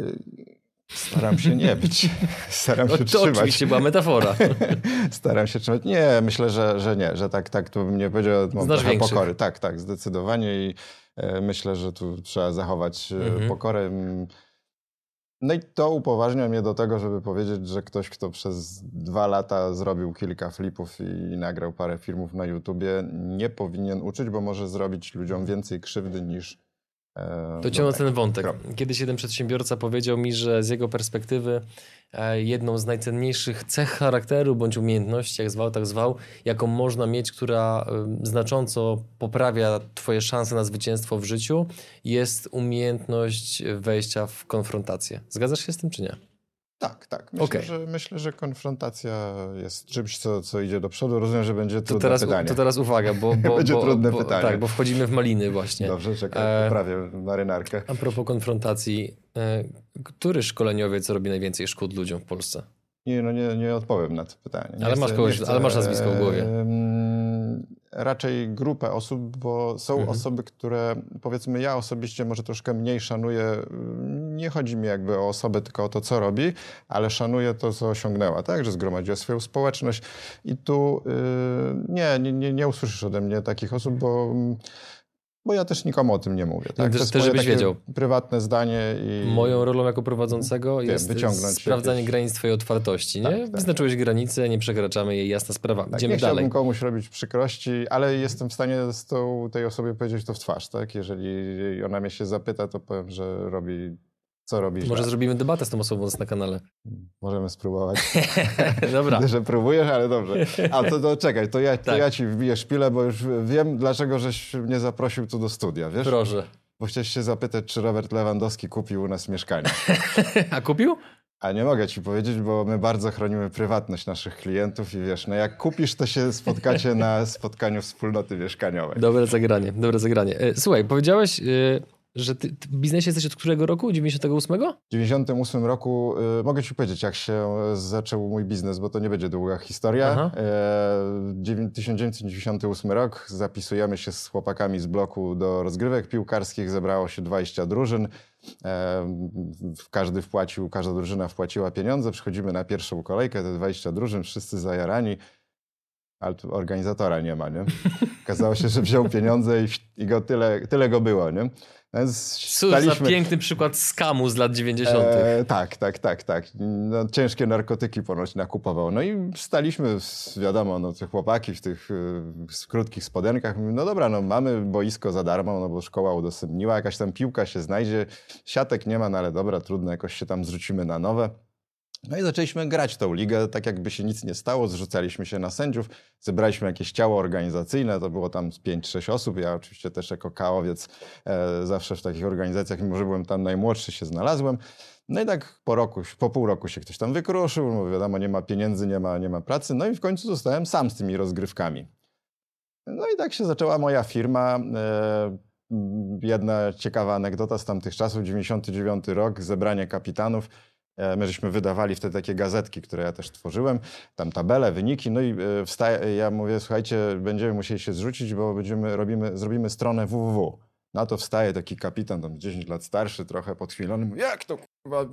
Staram się nie być. Staram się trzymać. To oczywiście była metafora. Staram się trzymać. Nie, myślę, że nie, że tak to bym nie powiedział. Mam trochę pokory. Tak, zdecydowanie i myślę, że tu trzeba zachować pokorę. No i to upoważnia mnie do tego, żeby powiedzieć, że ktoś, kto przez 2 lata zrobił kilka flipów i nagrał parę filmów na YouTubie, nie powinien uczyć, bo może zrobić ludziom więcej krzywdy niż... To ciągnąc ten wątek. Kiedyś jeden przedsiębiorca powiedział mi, że z jego perspektywy jedną z najcenniejszych cech charakteru bądź umiejętności, jak zwał, tak zwał, jaką można mieć, która znacząco poprawia twoje szanse na zwycięstwo w życiu, jest umiejętność wejścia w konfrontację. Zgadzasz się z tym, czy nie? Tak. Myślę, że konfrontacja jest czymś, co idzie do przodu. Rozumiem, że będzie trudne pytanie. To teraz uwaga, bo będzie trudne pytanie. Tak, bo wchodzimy w maliny właśnie. Dobrze, czekaj, poprawię marynarkę. A propos konfrontacji, który szkoleniowiec robi najwięcej szkód ludziom w Polsce? Nie odpowiem na to pytanie. Ale masz nazwisko w głowie. Raczej grupę osób, bo są osoby, które powiedzmy ja osobiście może troszkę mniej szanuję. Nie chodzi mi jakby o osobę, tylko o to, co robi, ale szanuję to, co osiągnęła, tak? Że zgromadziła swoją społeczność i tu nie usłyszysz ode mnie takich osób, bo bo ja też nikomu o tym nie mówię. Tak? No, To jest też moje żebyś takie wiedział. prywatne zdanie. Moją rolą jako prowadzącego jest wyciągnąć sprawdzanie jakieś... granic twojej otwartości. Nie? Tak. Wyznaczyłeś granice, nie przekraczamy jej, jasna sprawa. Tak, Idziemy nie dalej. chciałbym komuś robić przykrości, ale jestem w stanie tej osobie powiedzieć to w twarz. Tak? Jeżeli ona mnie się zapyta, to powiem, że robi, co robi źle. Może zrobimy debatę z tą osobą na kanale. Możemy spróbować. Dobra. Widzę, że próbujesz, ale dobrze. A to czekaj, to ja ci wbiję szpilę, bo już wiem, dlaczego żeś mnie zaprosił tu do studia, wiesz? Proszę. Bo chciałeś się zapytać, czy Robert Lewandowski kupił u nas mieszkanie. A kupił? A nie mogę ci powiedzieć, bo my bardzo chronimy prywatność naszych klientów i wiesz, no jak kupisz, to się spotkacie na spotkaniu wspólnoty mieszkaniowej. Dobre zagranie. Słuchaj, powiedziałeś, że ty w biznesie jesteś od którego roku? 98? W 98 roku, mogę ci powiedzieć, jak się zaczął mój biznes, bo to nie będzie długa historia. 1998 rok, zapisujemy się z chłopakami z bloku do rozgrywek piłkarskich, zebrało się 20 drużyn. Każda drużyna wpłaciła pieniądze, przychodzimy na pierwszą kolejkę, te 20 drużyn, wszyscy zajarani, ale tu organizatora nie ma, nie? Okazało się, że wziął pieniądze i go tyle go było, nie? Więc Cóż za piękny przykład skamu z lat 90. Tak. No, ciężkie narkotyki ponoć nakupował. No i staliśmy, wiadomo, no, te chłopaki w tych krótkich spodenkach. Mówimy, no dobra, no mamy boisko za darmo, no bo szkoła udostępniła, jakaś tam piłka się znajdzie, siatek nie ma, no ale dobra, trudno, jakoś się tam zrzucimy na nowe. No i zaczęliśmy grać tą ligę, tak jakby się nic nie stało, zrzucaliśmy się na sędziów, zebraliśmy jakieś ciało organizacyjne, to było tam 5-6 osób, ja oczywiście też jako kałowiec zawsze w takich organizacjach, mimo że byłem tam najmłodszy, się znalazłem. No i tak po pół roku się ktoś tam wykruszył, no wiadomo, nie ma pieniędzy, nie ma pracy, no i w końcu zostałem sam z tymi rozgrywkami. No i tak się zaczęła moja firma. Jedna ciekawa anegdota z tamtych czasów, 99 rok, zebranie kapitanów. My żeśmy wydawali wtedy takie gazetki, które ja też tworzyłem, tam tabele, wyniki, no i ja mówię, słuchajcie, będziemy musieli się zrzucić, bo zrobimy stronę www. Na to wstaje taki kapitan, tam 10 lat starszy, trochę podchwilony, mówi, jak to kurwa,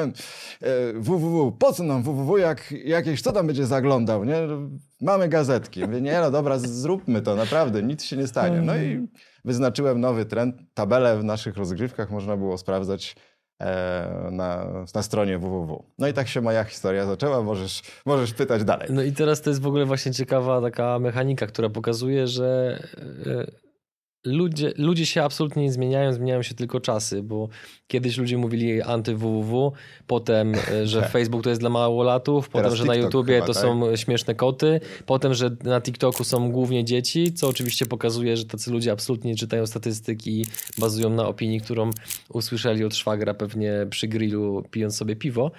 www, po co nam www, co tam będzie zaglądał, nie? Mamy gazetki. Mówię, nie no dobra, zróbmy to, naprawdę, nic się nie stanie. No i wyznaczyłem nowy trend, tabelę w naszych rozgrywkach można było sprawdzać na stronie www. No i tak się moja historia zaczęła, możesz pytać dalej. No i teraz to jest w ogóle właśnie ciekawa taka mechanika, która pokazuje, że ludzie się absolutnie nie zmieniają się tylko czasy, bo kiedyś ludzie mówili anty-www, potem, że Facebook to jest dla małolatów, potem, że na YouTubie chyba, to są śmieszne koty, potem, że na TikToku są głównie dzieci, co oczywiście pokazuje, że tacy ludzie absolutnie nie czytają statystyki i bazują na opinii, którą usłyszeli od szwagra pewnie przy grillu, pijąc sobie piwo.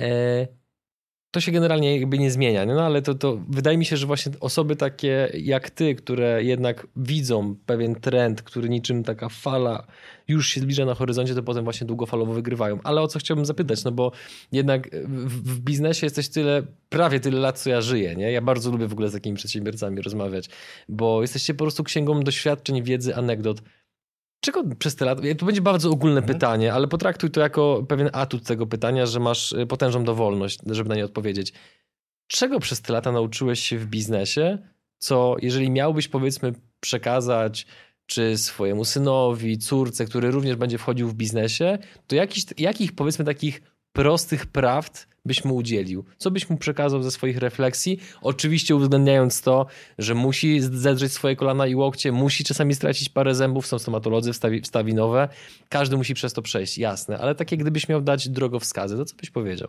To się generalnie jakby nie zmienia, no ale to wydaje mi się, że właśnie osoby takie jak ty, które jednak widzą pewien trend, który niczym taka fala już się zbliża na horyzoncie, to potem właśnie długofalowo wygrywają. Ale o co chciałbym zapytać, no bo jednak w biznesie jesteś prawie tyle lat, co ja żyję, nie? Ja bardzo lubię w ogóle z takimi przedsiębiorcami rozmawiać, bo jesteście po prostu księgą doświadczeń, wiedzy, anegdot. Czego przez te lata, to będzie bardzo ogólne pytanie, ale potraktuj to jako pewien atut tego pytania, że masz potężną dowolność, żeby na nie odpowiedzieć. Czego przez te lata nauczyłeś się w biznesie, co jeżeli miałbyś powiedzmy przekazać czy swojemu synowi, córce, który również będzie wchodził w biznesie, to jakich powiedzmy takich prostych prawd byś mu udzielił? Co byś mu przekazał ze swoich refleksji? Oczywiście uwzględniając to, że musi zedrzeć swoje kolana i łokcie, musi czasami stracić parę zębów, są stomatolodzy, wstawi nowe. Każdy musi przez to przejść, jasne. Ale takie gdybyś miał dać drogowskazy, to co byś powiedział?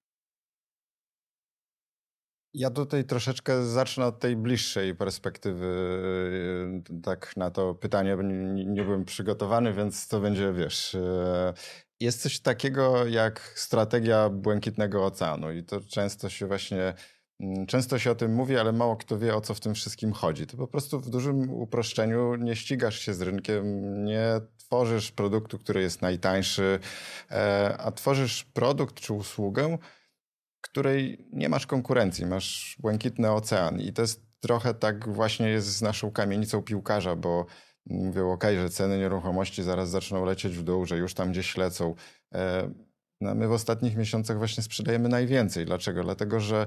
Ja tutaj troszeczkę zacznę od tej bliższej perspektywy, tak na to pytanie, bo nie byłem przygotowany, więc to będzie, wiesz... Jest coś takiego jak strategia Błękitnego Oceanu i to często się o tym mówi, ale mało kto wie, o co w tym wszystkim chodzi. To po prostu w dużym uproszczeniu nie ścigasz się z rynkiem, nie tworzysz produktu, który jest najtańszy, a tworzysz produkt czy usługę, której nie masz konkurencji, masz Błękitny Ocean i to jest trochę tak właśnie jest z naszą kamienicą piłkarza, bo mówią, że ceny nieruchomości zaraz zaczną lecieć w dół, że już tam gdzieś lecą. No my w ostatnich miesiącach właśnie sprzedajemy najwięcej. Dlaczego? Dlatego, że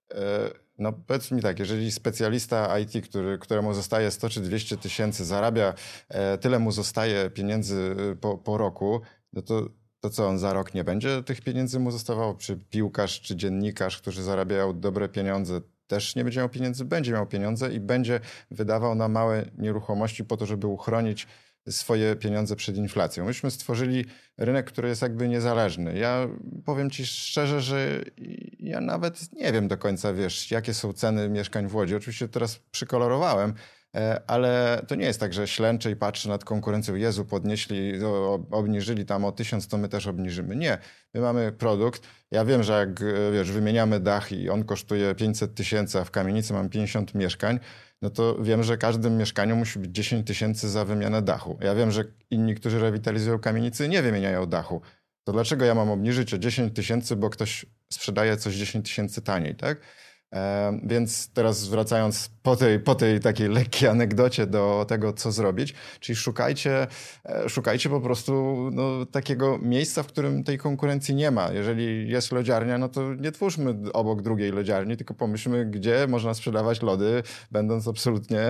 No powiedz mi tak, jeżeli specjalista IT, któremu zostaje 100 czy 200 tysięcy, zarabia, tyle mu zostaje pieniędzy po roku, no to co, on za rok nie będzie tych pieniędzy mu zostawało? Czy piłkarz, czy dziennikarz, którzy zarabiają dobre pieniądze, też nie będzie miał pieniędzy? Będzie miał pieniądze i będzie wydawał na małe nieruchomości po to, żeby uchronić swoje pieniądze przed inflacją. Myśmy stworzyli rynek, który jest jakby niezależny. Ja powiem ci szczerze, że ja nawet nie wiem do końca, wiesz, jakie są ceny mieszkań w Łodzi. Oczywiście teraz przykolorowałem, ale to nie jest tak, że ślęczę i patrzę nad konkurencją. Jezu, podnieśli, obniżyli tam o 1000, to my też obniżymy. Nie. My mamy produkt. Ja wiem, że jak, wiesz, wymieniamy dach i on kosztuje 500 tysięcy, a w kamienicy mam 50 mieszkań, no to wiem, że każdym mieszkaniu musi być 10 tysięcy za wymianę dachu. Ja wiem, że inni, którzy rewitalizują kamienicy, nie wymieniają dachu. To dlaczego ja mam obniżyć o 10 tysięcy, bo ktoś sprzedaje coś 10 tysięcy taniej, tak? Więc teraz wracając po tej takiej lekkiej anegdocie do tego, co zrobić, czyli szukajcie po prostu takiego miejsca, w którym tej konkurencji nie ma. Jeżeli jest lodziarnia, no to nie twórzmy obok drugiej lodziarni, tylko pomyślmy, gdzie można sprzedawać lody, będąc absolutnie,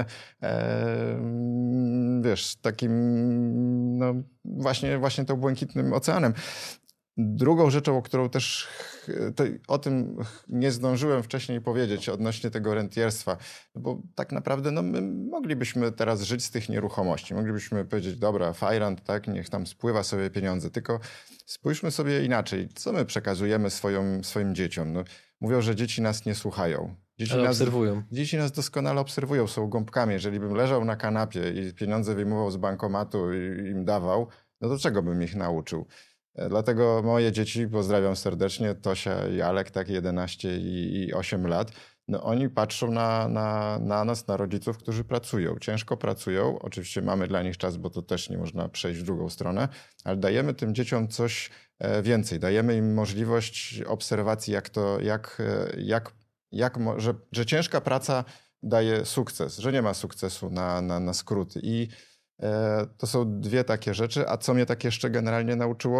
wiesz, takim, no właśnie tą błękitnym oceanem. Drugą rzeczą, o którą też o tym nie zdążyłem wcześniej powiedzieć odnośnie tego rentierstwa, bo tak naprawdę my moglibyśmy teraz żyć z tych nieruchomości. Moglibyśmy powiedzieć, dobra, fajrant, tak, niech tam spływa sobie pieniądze, tylko spójrzmy sobie inaczej. Co my przekazujemy swoim dzieciom? No, mówią, że dzieci nas nie słuchają. Obserwują. Dzieci nas doskonale obserwują, są gąbkami. Jeżeli bym leżał na kanapie i pieniądze wyjmował z bankomatu i im dawał, no to czego bym ich nauczył? Dlatego moje dzieci, pozdrawiam serdecznie, Tosia i Alek, tak 11 i 8 lat, no oni patrzą na nas, na rodziców, którzy pracują, ciężko pracują. Oczywiście mamy dla nich czas, bo to też nie można przejść w drugą stronę, ale dajemy tym dzieciom coś więcej. Dajemy im możliwość obserwacji, że ciężka praca daje sukces, że nie ma sukcesu na skróty. I to są dwie takie rzeczy. A co mnie tak jeszcze generalnie nauczyło?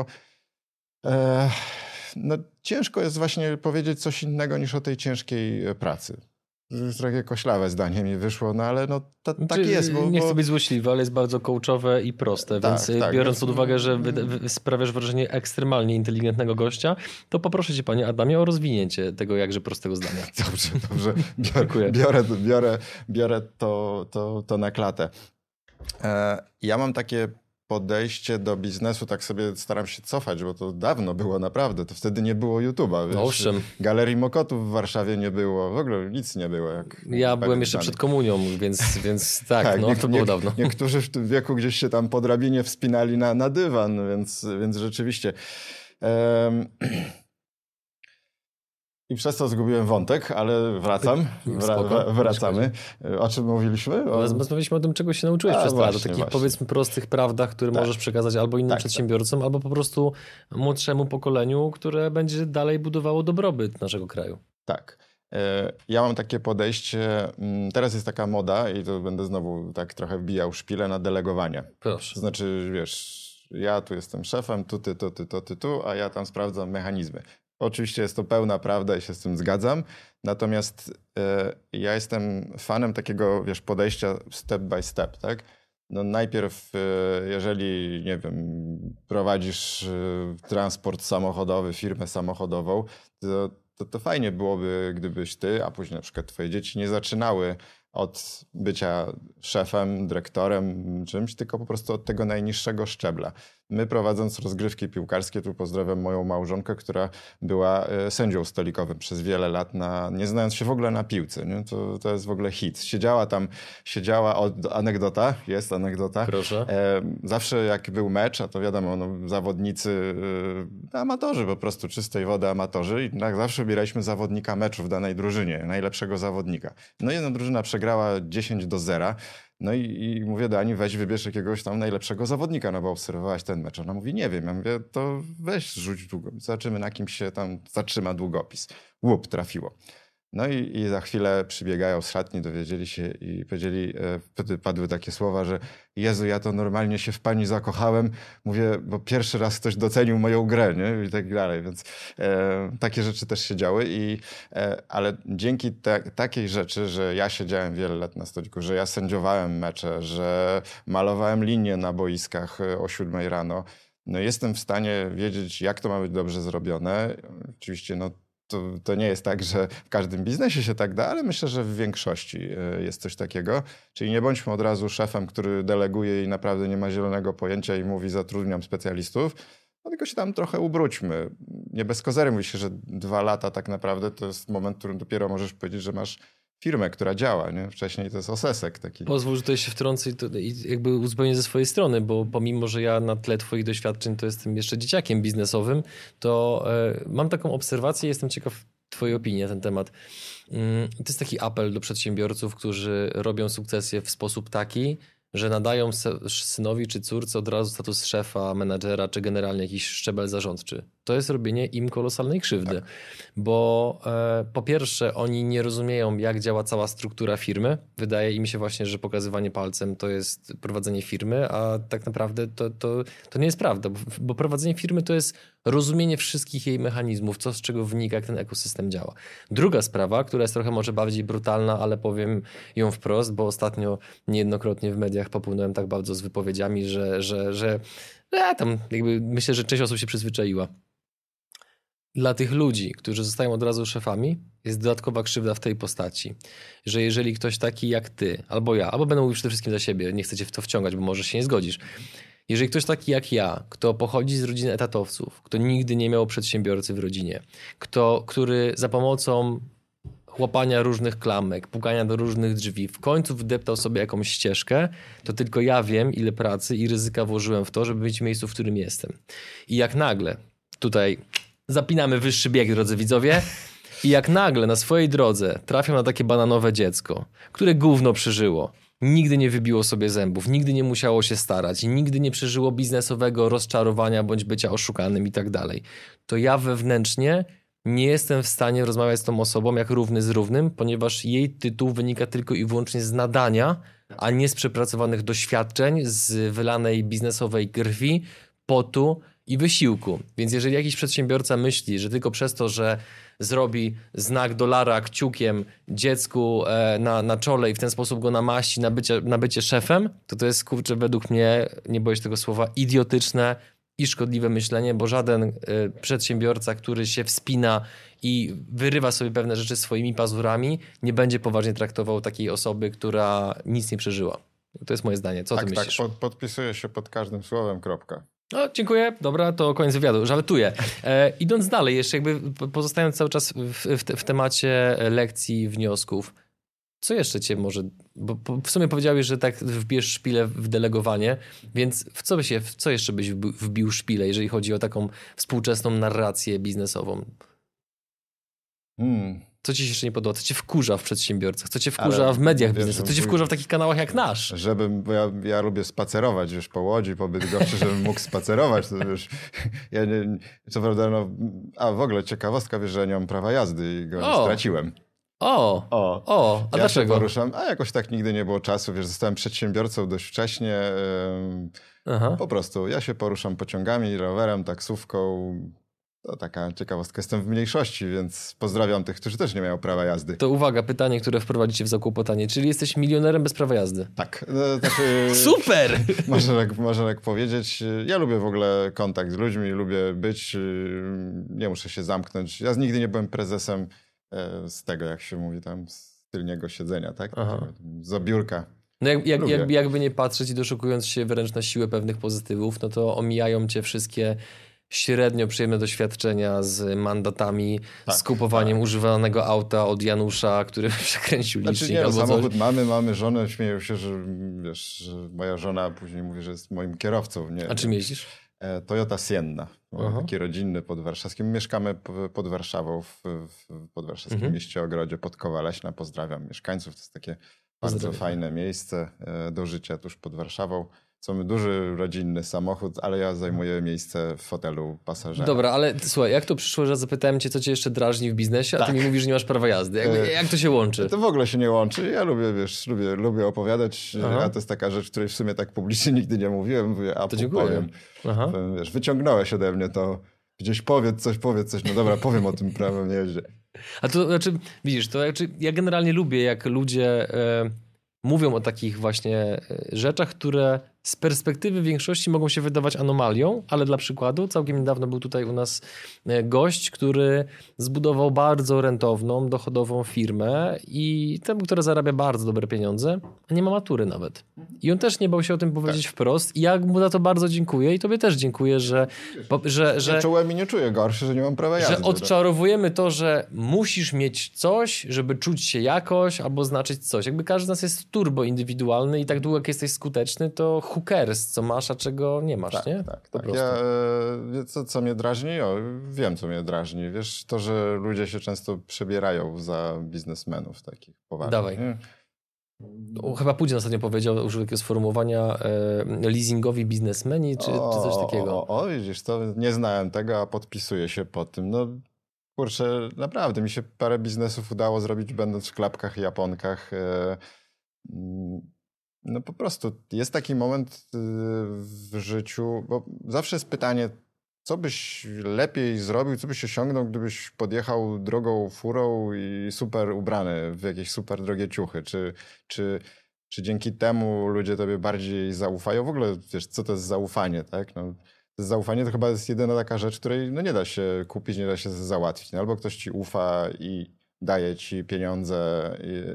No ciężko jest właśnie powiedzieć coś innego niż o tej ciężkiej pracy. Trochę koślawe zdanie mi wyszło, no ale tak jest. Nie chcę być złośliwy, ale jest bardzo coachowe i proste, więc biorąc pod uwagę, że sprawiasz wrażenie ekstremalnie inteligentnego gościa, to poproszę cię, panie Adamie, o rozwinięcie tego jakże prostego zdania. Dobrze. Biorę to na klatę. Ja mam takie podejście do biznesu, tak sobie staram się cofać, bo to dawno było naprawdę, to wtedy nie było YouTube'a. No owszem. Galerii Mokotów w Warszawie nie było, w ogóle nic nie było. Ja byłem jeszcze przed komunią, więc tak, to było dawno. Niektórzy w tym wieku gdzieś się tam po drabinie wspinali na dywan, więc rzeczywiście... I przez to zgubiłem wątek, ale wracamy. O czym mówiliśmy? Rozmawialiśmy o tym, czego się nauczyłeś przez lata. O takich powiedzmy prostych prawdach, które możesz przekazać albo innym przedsiębiorcom, albo po prostu młodszemu pokoleniu, które będzie dalej budowało dobrobyt naszego kraju. Tak. Ja mam takie podejście, teraz jest taka moda i to będę znowu tak trochę wbijał szpilę na delegowanie. Proszę. To znaczy, wiesz, ja tu jestem szefem, tu, a ja tam sprawdzam mechanizmy. Oczywiście jest to pełna prawda i się z tym zgadzam, natomiast ja jestem fanem takiego, wiesz, podejścia step by step, tak? No najpierw, jeżeli, nie wiem, prowadzisz transport samochodowy, firmę samochodową, to fajnie byłoby, gdybyś ty, a później na przykład twoje dzieci nie zaczynały od bycia szefem, dyrektorem, czymś, tylko po prostu od tego najniższego szczebla. My prowadząc rozgrywki piłkarskie, tu pozdrawiam moją małżonkę, która była sędzią stolikowym przez wiele lat, nie znając się w ogóle na piłce. Nie? To jest w ogóle hit. Anegdota, jest anegdota. Proszę. Zawsze jak był mecz, a to wiadomo, zawodnicy, amatorzy po prostu, czystej wody amatorzy i zawsze wybieraliśmy zawodnika meczu w danej drużynie, najlepszego zawodnika. No jedna drużyna przegrała 10-0. No i mówię do Ani, weź wybierz jakiegoś tam najlepszego zawodnika, no bo obserwowałaś ten mecz. Ona mówi, nie wiem. Ja mówię, to weź rzuć długopis, zobaczymy na kim się tam zatrzyma długopis. Łup, trafiło. No i za chwilę przybiegają z szatni, dowiedzieli się i powiedzieli, wtedy padły takie słowa, że Jezu, ja to normalnie się w pani zakochałem, mówię, bo pierwszy raz ktoś docenił moją grę, nie? I tak dalej, więc takie rzeczy też się działy, ale dzięki takiej rzeczy, że ja siedziałem wiele lat na stoliku, że ja sędziowałem mecze, że malowałem linie na boiskach o 7 rano, no jestem w stanie wiedzieć, jak to ma być dobrze zrobione. Oczywiście, no to nie jest tak, że w każdym biznesie się tak da, ale myślę, że w większości jest coś takiego. Czyli nie bądźmy od razu szefem, który deleguje i naprawdę nie ma zielonego pojęcia i mówi zatrudniam specjalistów, no tylko się tam trochę ubróćmy. Nie bez kozery mówi się, że 2 lata tak naprawdę to jest moment, w którym dopiero możesz powiedzieć, że masz firmę, która działa, nie? Wcześniej to jest osesek taki. Pozwól, że tutaj się wtrącę i jakby uzupełnię ze swojej strony, bo pomimo, że ja na tle twoich doświadczeń to jestem jeszcze dzieciakiem biznesowym, to mam taką obserwację, jestem ciekaw twojej opinii na ten temat. To jest taki apel do przedsiębiorców, którzy robią sukcesję w sposób taki, że nadają synowi czy córce od razu status szefa, menadżera, czy generalnie jakiś szczebel zarządczy. To jest robienie im kolosalnej krzywdy, tak. Bo po pierwsze oni nie rozumieją, jak działa cała struktura firmy. Wydaje im się właśnie, że pokazywanie palcem to jest prowadzenie firmy, a tak naprawdę to nie jest prawda, bo prowadzenie firmy to jest rozumienie wszystkich jej mechanizmów, co z czego wynika, jak ten ekosystem działa. Druga sprawa, która jest trochę może bardziej brutalna, ale powiem ją wprost, bo ostatnio niejednokrotnie w mediach popłynąłem tak bardzo z wypowiedziami, że ja tam jakby myślę, że część osób się przyzwyczaiła. Dla tych ludzi, którzy zostają od razu szefami, jest dodatkowa krzywda w tej postaci, że jeżeli ktoś taki jak ty, albo ja, albo będę mówił przede wszystkim za siebie, nie chcę cię w to wciągać, bo może się nie zgodzisz. Jeżeli ktoś taki jak ja, kto pochodzi z rodziny etatowców, kto nigdy nie miał przedsiębiorcy w rodzinie, który za pomocą łapania różnych klamek, pukania do różnych drzwi, w końcu wdeptał sobie jakąś ścieżkę, to tylko ja wiem, ile pracy i ryzyka włożyłem w to, żeby być w miejscu, w którym jestem. I jak nagle, tutaj zapinamy wyższy bieg, drodzy widzowie, i jak nagle na swojej drodze trafiam na takie bananowe dziecko, które gówno przeżyło, nigdy nie wybiło sobie zębów, nigdy nie musiało się starać i nigdy nie przeżyło biznesowego rozczarowania bądź bycia oszukanym i tak dalej, to ja wewnętrznie nie jestem w stanie rozmawiać z tą osobą jak równy z równym, ponieważ jej tytuł wynika tylko i wyłącznie z nadania, a nie z przepracowanych doświadczeń, z wylanej biznesowej krwi, potu i wysiłku. Więc jeżeli jakiś przedsiębiorca myśli, że tylko przez to, że zrobi znak dolara kciukiem dziecku na czole i w ten sposób go namaści na bycie szefem, to jest, kurczę, według mnie, nie boję się tego słowa, idiotyczne i szkodliwe myślenie, bo żaden przedsiębiorca, który się wspina i wyrywa sobie pewne rzeczy swoimi pazurami, nie będzie poważnie traktował takiej osoby, która nic nie przeżyła. To jest moje zdanie. Co ty myślisz? Tak, podpisuję się pod każdym słowem, kropka. No, dziękuję, dobra, to koniec wywiadu, żartuję. Idąc dalej, jeszcze jakby pozostając cały czas w temacie lekcji, wniosków, co jeszcze cię może, bo w sumie powiedziałeś, że tak wbierz szpilę w delegowanie, więc w co jeszcze byś wbił szpilę, jeżeli chodzi o taką współczesną narrację biznesową? Co ci się jeszcze nie podoba? Co cię wkurza w przedsiębiorcach? Co cię wkurza w mediach biznesowych? Co cię wkurza w takich kanałach jak nasz? Bo ja lubię spacerować, wiesz, po Łodzi, po Bydgoszczy, żebym mógł spacerować. To wiesz, ja nie, co prawda, w ogóle ciekawostka, wiesz, że nie mam prawa jazdy i go straciłem. A ja dlaczego? Się poruszam, a jakoś tak nigdy nie było czasu, wiesz, zostałem przedsiębiorcą dość wcześnie. Po prostu ja się poruszam pociągami, rowerem, taksówką. To taka ciekawostka. Jestem w mniejszości, więc pozdrawiam tych, którzy też nie mają prawa jazdy. To uwaga, pytanie, które wprowadzicie w zakłopotanie. Czyli jesteś milionerem bez prawa jazdy? Tak. Super! Można tak powiedzieć. Ja lubię w ogóle kontakt z ludźmi, lubię być, nie muszę się zamknąć. Ja nigdy nie byłem prezesem z tego, jak się mówi tam, z tylniego siedzenia, tak? Z biurka. No jakby nie patrzeć i doszukując się wręcz na siłę pewnych pozytywów, no to omijają cię wszystkie średnio przyjemne doświadczenia z mandatami, z kupowaniem używanego auta od Janusza, który przekręcił licznik. Nie, samochód mamy żonę, śmieją się, że wiesz, że moja żona później mówi, że jest moim kierowcą. Nie, a czym jeździsz? Toyota Sienna, taki rodzinny podwarszawskim. Mieszkamy pod Warszawą, w podwarszawskim mieście Ogrodzie, Podkowa Leśna. Pozdrawiam mieszkańców, to jest takie bardzo fajne miejsce do życia tuż pod Warszawą. Mamy duży, rodzinny samochód, ale ja zajmuję miejsce w fotelu pasażera. Dobra, ale słuchaj, jak to przyszło, że zapytałem cię, co cię jeszcze drażni w biznesie, a ty mi mówisz, że nie masz prawa jazdy. Jak to się łączy? To w ogóle się nie łączy. Ja lubię, lubię opowiadać, a to jest taka rzecz, której w sumie tak publicznie nigdy nie mówiłem. Mówię, to dziękuję. Powiem, wyciągnąłeś ode mnie to, gdzieś powiedz coś. No dobra, powiem o tym prawem jeździe. A to znaczy, widzisz, to znaczy, ja generalnie lubię, jak ludzie mówią o takich właśnie rzeczach, które z perspektywy większości mogą się wydawać anomalią, ale dla przykładu całkiem niedawno był tutaj u nas gość, który zbudował bardzo rentowną, dochodową firmę i temu, która zarabia bardzo dobre pieniądze, a nie ma matury nawet. I on też nie bał się o tym powiedzieć wprost i ja mu za to bardzo dziękuję i tobie też dziękuję, że Nie czułem i nie czuję gorszy, że nie mam prawa jazdy. Że odczarowujemy to, że musisz mieć coś, żeby czuć się jakoś albo znaczyć coś. Jakby każdy z nas jest turbo indywidualny i tak długo jak jesteś skuteczny, to who cares, co masz, a czego nie masz, nie? Tak. Ja, co mnie drażni? Wiem, co mnie drażni. Wiesz, to, że ludzie się często przebierają za biznesmenów takich poważnych. Dawaj. Chyba Pudzin ostatnio powiedział, użył takiego sformułowania leasingowi biznesmeni, czy coś takiego. Widzisz, to nie znałem tego, a podpisuję się pod tym. No kurczę, naprawdę mi się parę biznesów udało zrobić, będąc w klapkach i japonkach. No po prostu jest taki moment w życiu, bo zawsze jest pytanie, co byś lepiej zrobił, co byś osiągnął, gdybyś podjechał drogą furą i super ubrany w jakieś super drogie ciuchy? Czy dzięki temu ludzie tobie bardziej zaufają? W ogóle wiesz, co to jest zaufanie, tak? No, zaufanie to chyba jest jedyna taka rzecz, której no, nie da się kupić, nie da się załatwić. No, albo ktoś ci ufa i daje ci pieniądze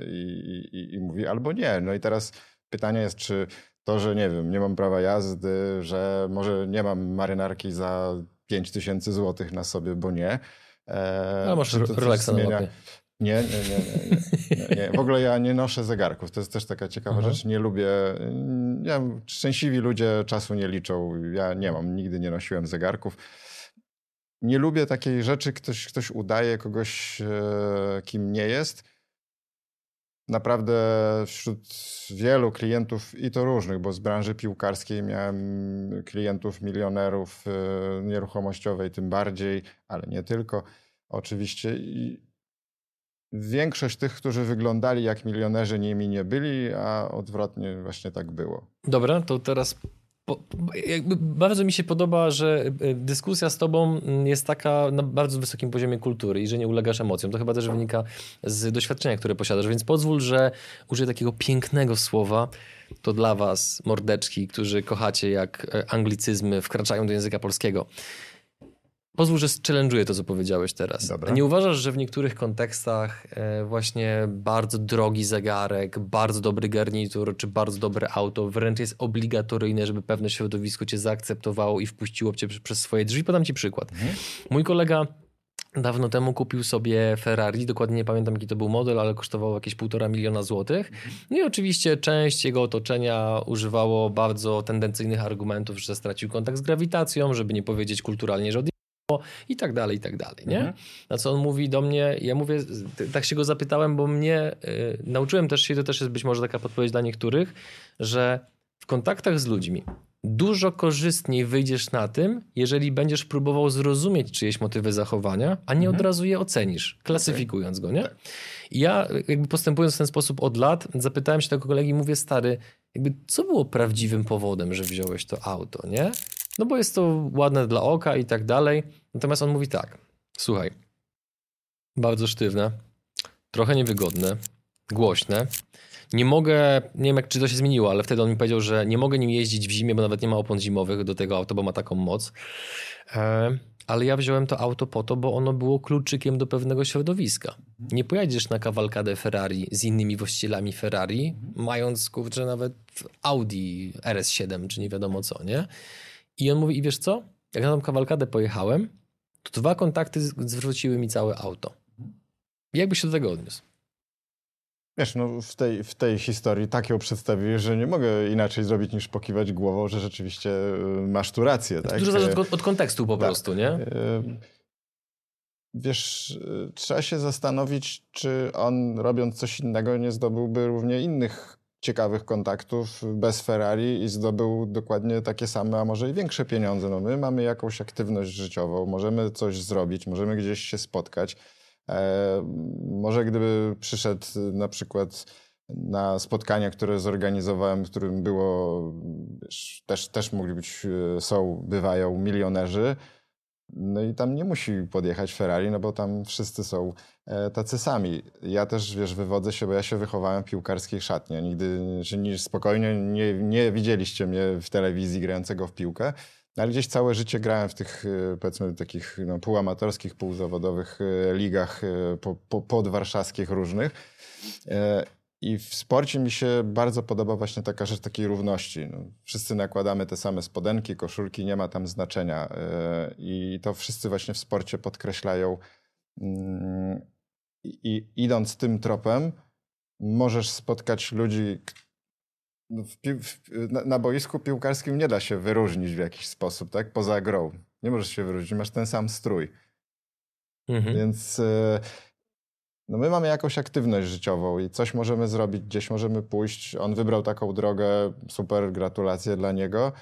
i mówi, albo nie. No i teraz pytanie jest, czy to, że nie wiem, nie mam prawa jazdy, że może nie mam marynarki za 5000 złotych na sobie, bo nie. Ale masz Rolexa na mapie. Nie. W ogóle ja nie noszę zegarków. To jest też taka ciekawa rzecz. Nie lubię... szczęśliwi ludzie czasu nie liczą. Ja nigdy nie nosiłem zegarków. Nie lubię takiej rzeczy, ktoś udaje kogoś, kim nie jest. Naprawdę wśród wielu klientów i to różnych, bo z branży piłkarskiej miałem klientów, milionerów, nieruchomościowej tym bardziej, ale nie tylko oczywiście. I większość tych, którzy wyglądali jak milionerzy, nimi nie byli, a odwrotnie właśnie tak było. Dobra, to teraz jakby bardzo mi się podoba, że dyskusja z tobą jest taka na bardzo wysokim poziomie kultury i że nie ulegasz emocjom. To chyba też wynika z doświadczenia, które posiadasz, więc pozwól, że użyję takiego pięknego słowa. To dla was, mordeczki, którzy kochacie, jak anglicyzmy wkraczają do języka polskiego. Pozwól, że challenge'uję to, co powiedziałeś teraz. Dobra. Nie uważasz, że w niektórych kontekstach właśnie bardzo drogi zegarek, bardzo dobry garnitur czy bardzo dobre auto wręcz jest obligatoryjne, żeby pewne środowisko cię zaakceptowało i wpuściło cię przez swoje drzwi? Podam ci przykład. Mój kolega dawno temu kupił sobie Ferrari, dokładnie nie pamiętam jaki to był model, ale kosztowało jakieś 1,5 miliona złotych. No i oczywiście część jego otoczenia używało bardzo tendencyjnych argumentów, że stracił kontakt z grawitacją, żeby nie powiedzieć kulturalnie, że i tak dalej, nie? Na co on mówi do mnie, ja mówię, tak się go zapytałem, bo mnie nauczyłem też się, to też jest być może taka podpowiedź dla niektórych, że w kontaktach z ludźmi dużo korzystniej wyjdziesz na tym, jeżeli będziesz próbował zrozumieć czyjeś motywy zachowania, a nie od razu je ocenisz, klasyfikując go, nie? I ja jakby postępując w ten sposób od lat, zapytałem się tego kolegi, mówię, stary, jakby co było prawdziwym powodem, że wziąłeś to auto, nie? No bo jest to ładne dla oka i tak dalej. Natomiast on mówi tak, słuchaj, bardzo sztywne, trochę niewygodne, głośne. Nie mogę, nie wiem czy to się zmieniło, ale wtedy on mi powiedział, że nie mogę nim jeździć w zimie, bo nawet nie ma opon zimowych do tego auta, bo ma taką moc. Ale ja wziąłem to auto po to, bo ono było kluczykiem do pewnego środowiska. Nie pojedziesz na kawalkadę Ferrari z innymi właścicielami Ferrari, mając kurczę nawet Audi RS7 czy nie wiadomo co, nie? I on mówi, i wiesz co? Jak na tą kawalkadę pojechałem, to 2 kontakty zwróciły mi całe auto. Jak byś się do tego odniósł? Wiesz, no w tej historii tak ją przedstawiłeś, że nie mogę inaczej zrobić niż pokiwać głową, że rzeczywiście masz tu rację. Tak? Dużo zależy od kontekstu po prostu, nie? Wiesz, trzeba się zastanowić, czy on robiąc coś innego nie zdobyłby równie innych ciekawych kontaktów bez Ferrari i zdobył dokładnie takie same, a może i większe pieniądze. No my mamy jakąś aktywność życiową, możemy coś zrobić, możemy gdzieś się spotkać. Może gdyby przyszedł na przykład na spotkanie, które zorganizowałem, w którym było, też mogli być, bywają milionerzy, no i tam nie musi podjechać Ferrari, no bo tam wszyscy są tacy sami. Ja też, wywodzę się, bo ja się wychowałem w piłkarskiej szatni. Nigdy, spokojnie nie widzieliście mnie w telewizji grającego w piłkę, ale gdzieś całe życie grałem w tych, powiedzmy, takich półamatorskich, półzawodowych ligach podwarszawskich różnych. I w sporcie mi się bardzo podoba właśnie taka rzecz takiej równości. No, wszyscy nakładamy te same spodenki, koszulki, nie ma tam znaczenia. I to wszyscy właśnie w sporcie podkreślają. I idąc tym tropem, możesz spotkać ludzi. Na boisku piłkarskim nie da się wyróżnić w jakiś sposób, tak? Poza grą. Nie możesz się wyróżnić, masz ten sam strój. Więc no my mamy jakąś aktywność życiową i coś możemy zrobić, gdzieś możemy pójść. On wybrał taką drogę, super, gratulacje dla niego.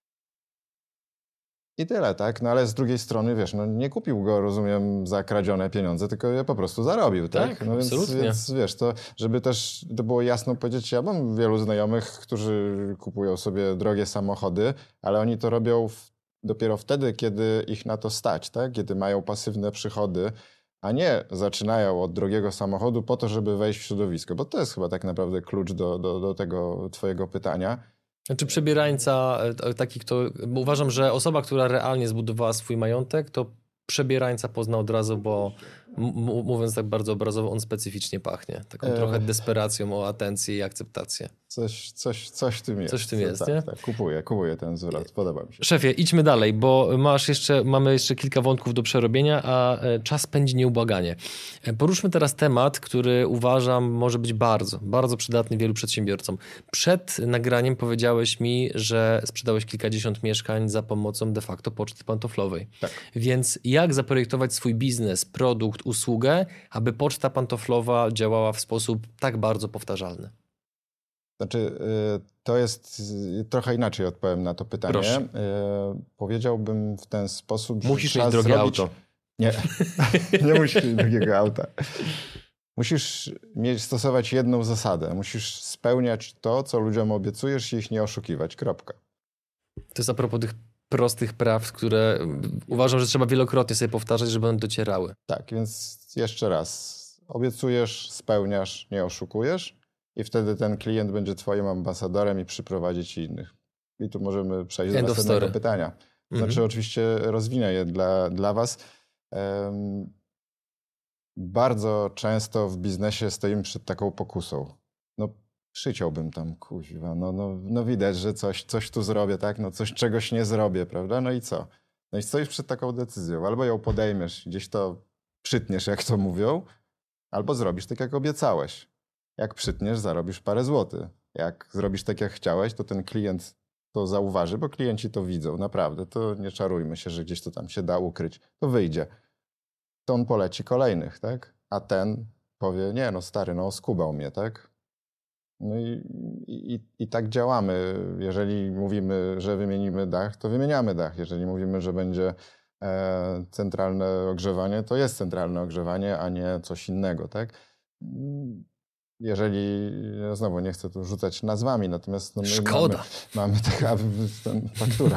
I tyle, tak? No ale z drugiej strony, no nie kupił go, rozumiem, za kradzione pieniądze, tylko je po prostu zarobił, tak? Tak, no absolutnie. Więc to, żeby też to było jasno powiedzieć, ja mam wielu znajomych, którzy kupują sobie drogie samochody, ale oni to robią dopiero wtedy, kiedy ich na to stać, tak? Kiedy mają pasywne przychody, a nie zaczynają od drogiego samochodu po to, żeby wejść w środowisko, bo to jest chyba tak naprawdę klucz do tego twojego pytania. Znaczy przebierańca, taki kto, bo uważam, że osoba, która realnie zbudowała swój majątek, to przebierańca pozna od razu, bo mówiąc tak bardzo obrazowo, on specyficznie pachnie. Taką trochę desperacją o atencję i akceptację. Coś w tym jest. Coś w tym jest, nie? Tak, kupuję ten zwrot, podoba mi się. Szefie, idźmy dalej, bo mamy jeszcze kilka wątków do przerobienia, a czas pędzi nieubłaganie. Poruszmy teraz temat, który uważam może być bardzo, bardzo przydatny wielu przedsiębiorcom. Przed nagraniem powiedziałeś mi, że sprzedałeś kilkadziesiąt mieszkań za pomocą de facto poczty pantoflowej. Tak. Więc jak zaprojektować swój biznes, produkt, usługę, aby poczta pantoflowa działała w sposób tak bardzo powtarzalny? Znaczy, to jest trochę inaczej odpowiem na to pytanie. Proszę. Powiedziałbym w ten sposób, musisz że mieć drogie auto. Nie, nie musisz mieć drogiego auta. Musisz stosować jedną zasadę. Musisz spełniać to, co ludziom obiecujesz i ich nie oszukiwać. Kropka. To jest a propos tych prostych praw, które uważam, że trzeba wielokrotnie sobie powtarzać, żeby one docierały. Tak, więc jeszcze raz. Obiecujesz, spełniasz, nie oszukujesz. I wtedy ten klient będzie twoim ambasadorem i przyprowadzi ci innych. I tu możemy przejść do następnego pytania. Znaczy oczywiście rozwinę je dla was. Bardzo często w biznesie stoimy przed taką pokusą. No przyciąłbym tam, kuźwa, no widać, że coś tu zrobię, tak? No czegoś nie zrobię, prawda? No i co? No i stoisz przed taką decyzją. Albo ją podejmiesz, gdzieś to przytniesz, jak to mówią, albo zrobisz tak, jak obiecałeś. Jak przytniesz, zarobisz parę złotych. Jak zrobisz tak, jak chciałeś, to ten klient to zauważy, bo klienci to widzą, naprawdę. To nie czarujmy się, że gdzieś to tam się da ukryć. To wyjdzie. To on poleci kolejnych, tak? A ten powie, nie, no stary, no oskubał mnie, tak? No i tak działamy. Jeżeli mówimy, że wymienimy dach, to wymieniamy dach. Jeżeli mówimy, że będzie centralne ogrzewanie, to jest centralne ogrzewanie, a nie coś innego, tak? Jeżeli, znowu nie chcę tu rzucać nazwami, natomiast no szkoda. Mamy taka faktura.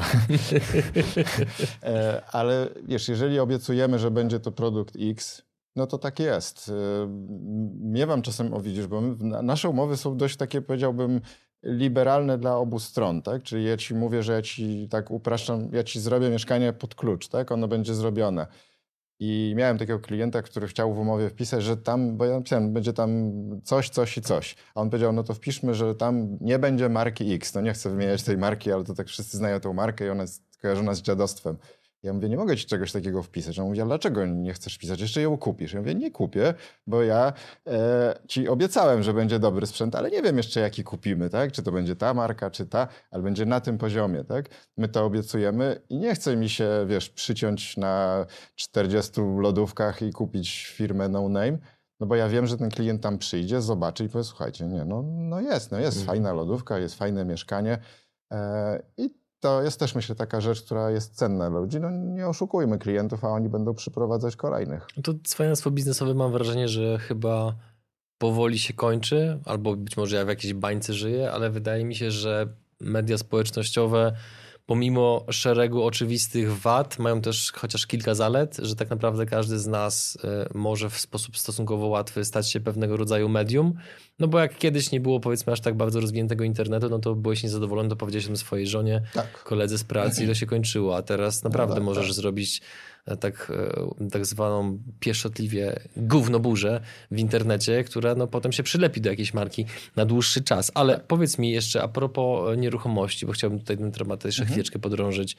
Ale wiesz, jeżeli obiecujemy, że będzie to produkt X, no to tak jest. Miewam czasem, widzisz, bo nasze umowy są dość takie, powiedziałbym, liberalne dla obu stron, tak? Czyli ja ci mówię, że ja ci tak upraszczam, ja ci zrobię mieszkanie pod klucz, tak? Ono będzie zrobione. I miałem takiego klienta, który chciał w umowie wpisać, że tam, bo ja napisałem, będzie tam coś i coś. A on powiedział, no to wpiszmy, że tam nie będzie marki X. No nie chcę wymieniać tej marki, ale to tak wszyscy znają tą markę i ona jest kojarzona z dziadostwem. Ja mówię, nie mogę ci czegoś takiego wpisać. On mówi, a dlaczego nie chcesz wpisać? Jeszcze ją kupisz. Ja mówię, nie kupię, bo ja ci obiecałem, że będzie dobry sprzęt, ale nie wiem jeszcze, jaki kupimy, tak? Czy to będzie ta marka, czy ta, ale będzie na tym poziomie, tak? My to obiecujemy i nie chce mi się, wiesz, przyciąć na 40 lodówkach i kupić firmę no name, No bo ja wiem, że ten klient tam przyjdzie, zobaczy i powie, słuchajcie, nie, no jest fajna lodówka, jest fajne mieszkanie i to jest też, myślę, taka rzecz, która jest cenna dla ludzi. No nie oszukujmy klientów, a oni będą przyprowadzać kolejnych. To cwaniactwo biznesowe mam wrażenie, że chyba powoli się kończy, albo być może ja w jakiejś bańce żyję, ale wydaje mi się, że media społecznościowe pomimo szeregu oczywistych wad mają też chociaż kilka zalet, że tak naprawdę każdy z nas może w sposób stosunkowo łatwy stać się pewnego rodzaju medium. No bo jak kiedyś nie było powiedzmy aż tak bardzo rozwiniętego internetu, no to byłeś niezadowolony, to powiedziałeś tym swojej żonie, koledze z pracy i to się kończyło, a teraz naprawdę możesz zrobić tak zwaną pieszczotliwie gównoburzę w internecie, która no potem się przylepi do jakiejś marki na dłuższy czas. Ale powiedz mi jeszcze a propos nieruchomości, bo chciałbym tutaj ten temat jeszcze chwileczkę podrążyć.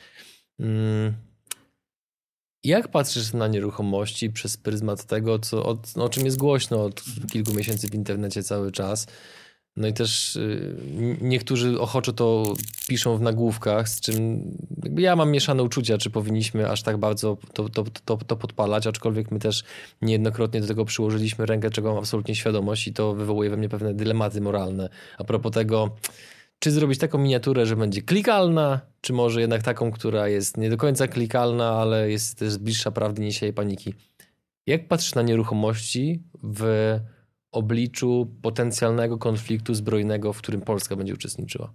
Jak patrzysz na nieruchomości przez pryzmat tego, o czym jest głośno od kilku miesięcy w internecie cały czas? No i też niektórzy ochoczo to piszą w nagłówkach, z czym jakby ja mam mieszane uczucia, czy powinniśmy aż tak bardzo to podpalać, aczkolwiek my też niejednokrotnie do tego przyłożyliśmy rękę, czego mam absolutnie świadomość i to wywołuje we mnie pewne dylematy moralne. A propos tego, czy zrobić taką miniaturę, że będzie klikalna, czy może jednak taką, która jest nie do końca klikalna, ale jest też bliższa prawdy, nie sieje paniki. Jak patrzysz na nieruchomości w obliczu potencjalnego konfliktu zbrojnego, w którym Polska będzie uczestniczyła?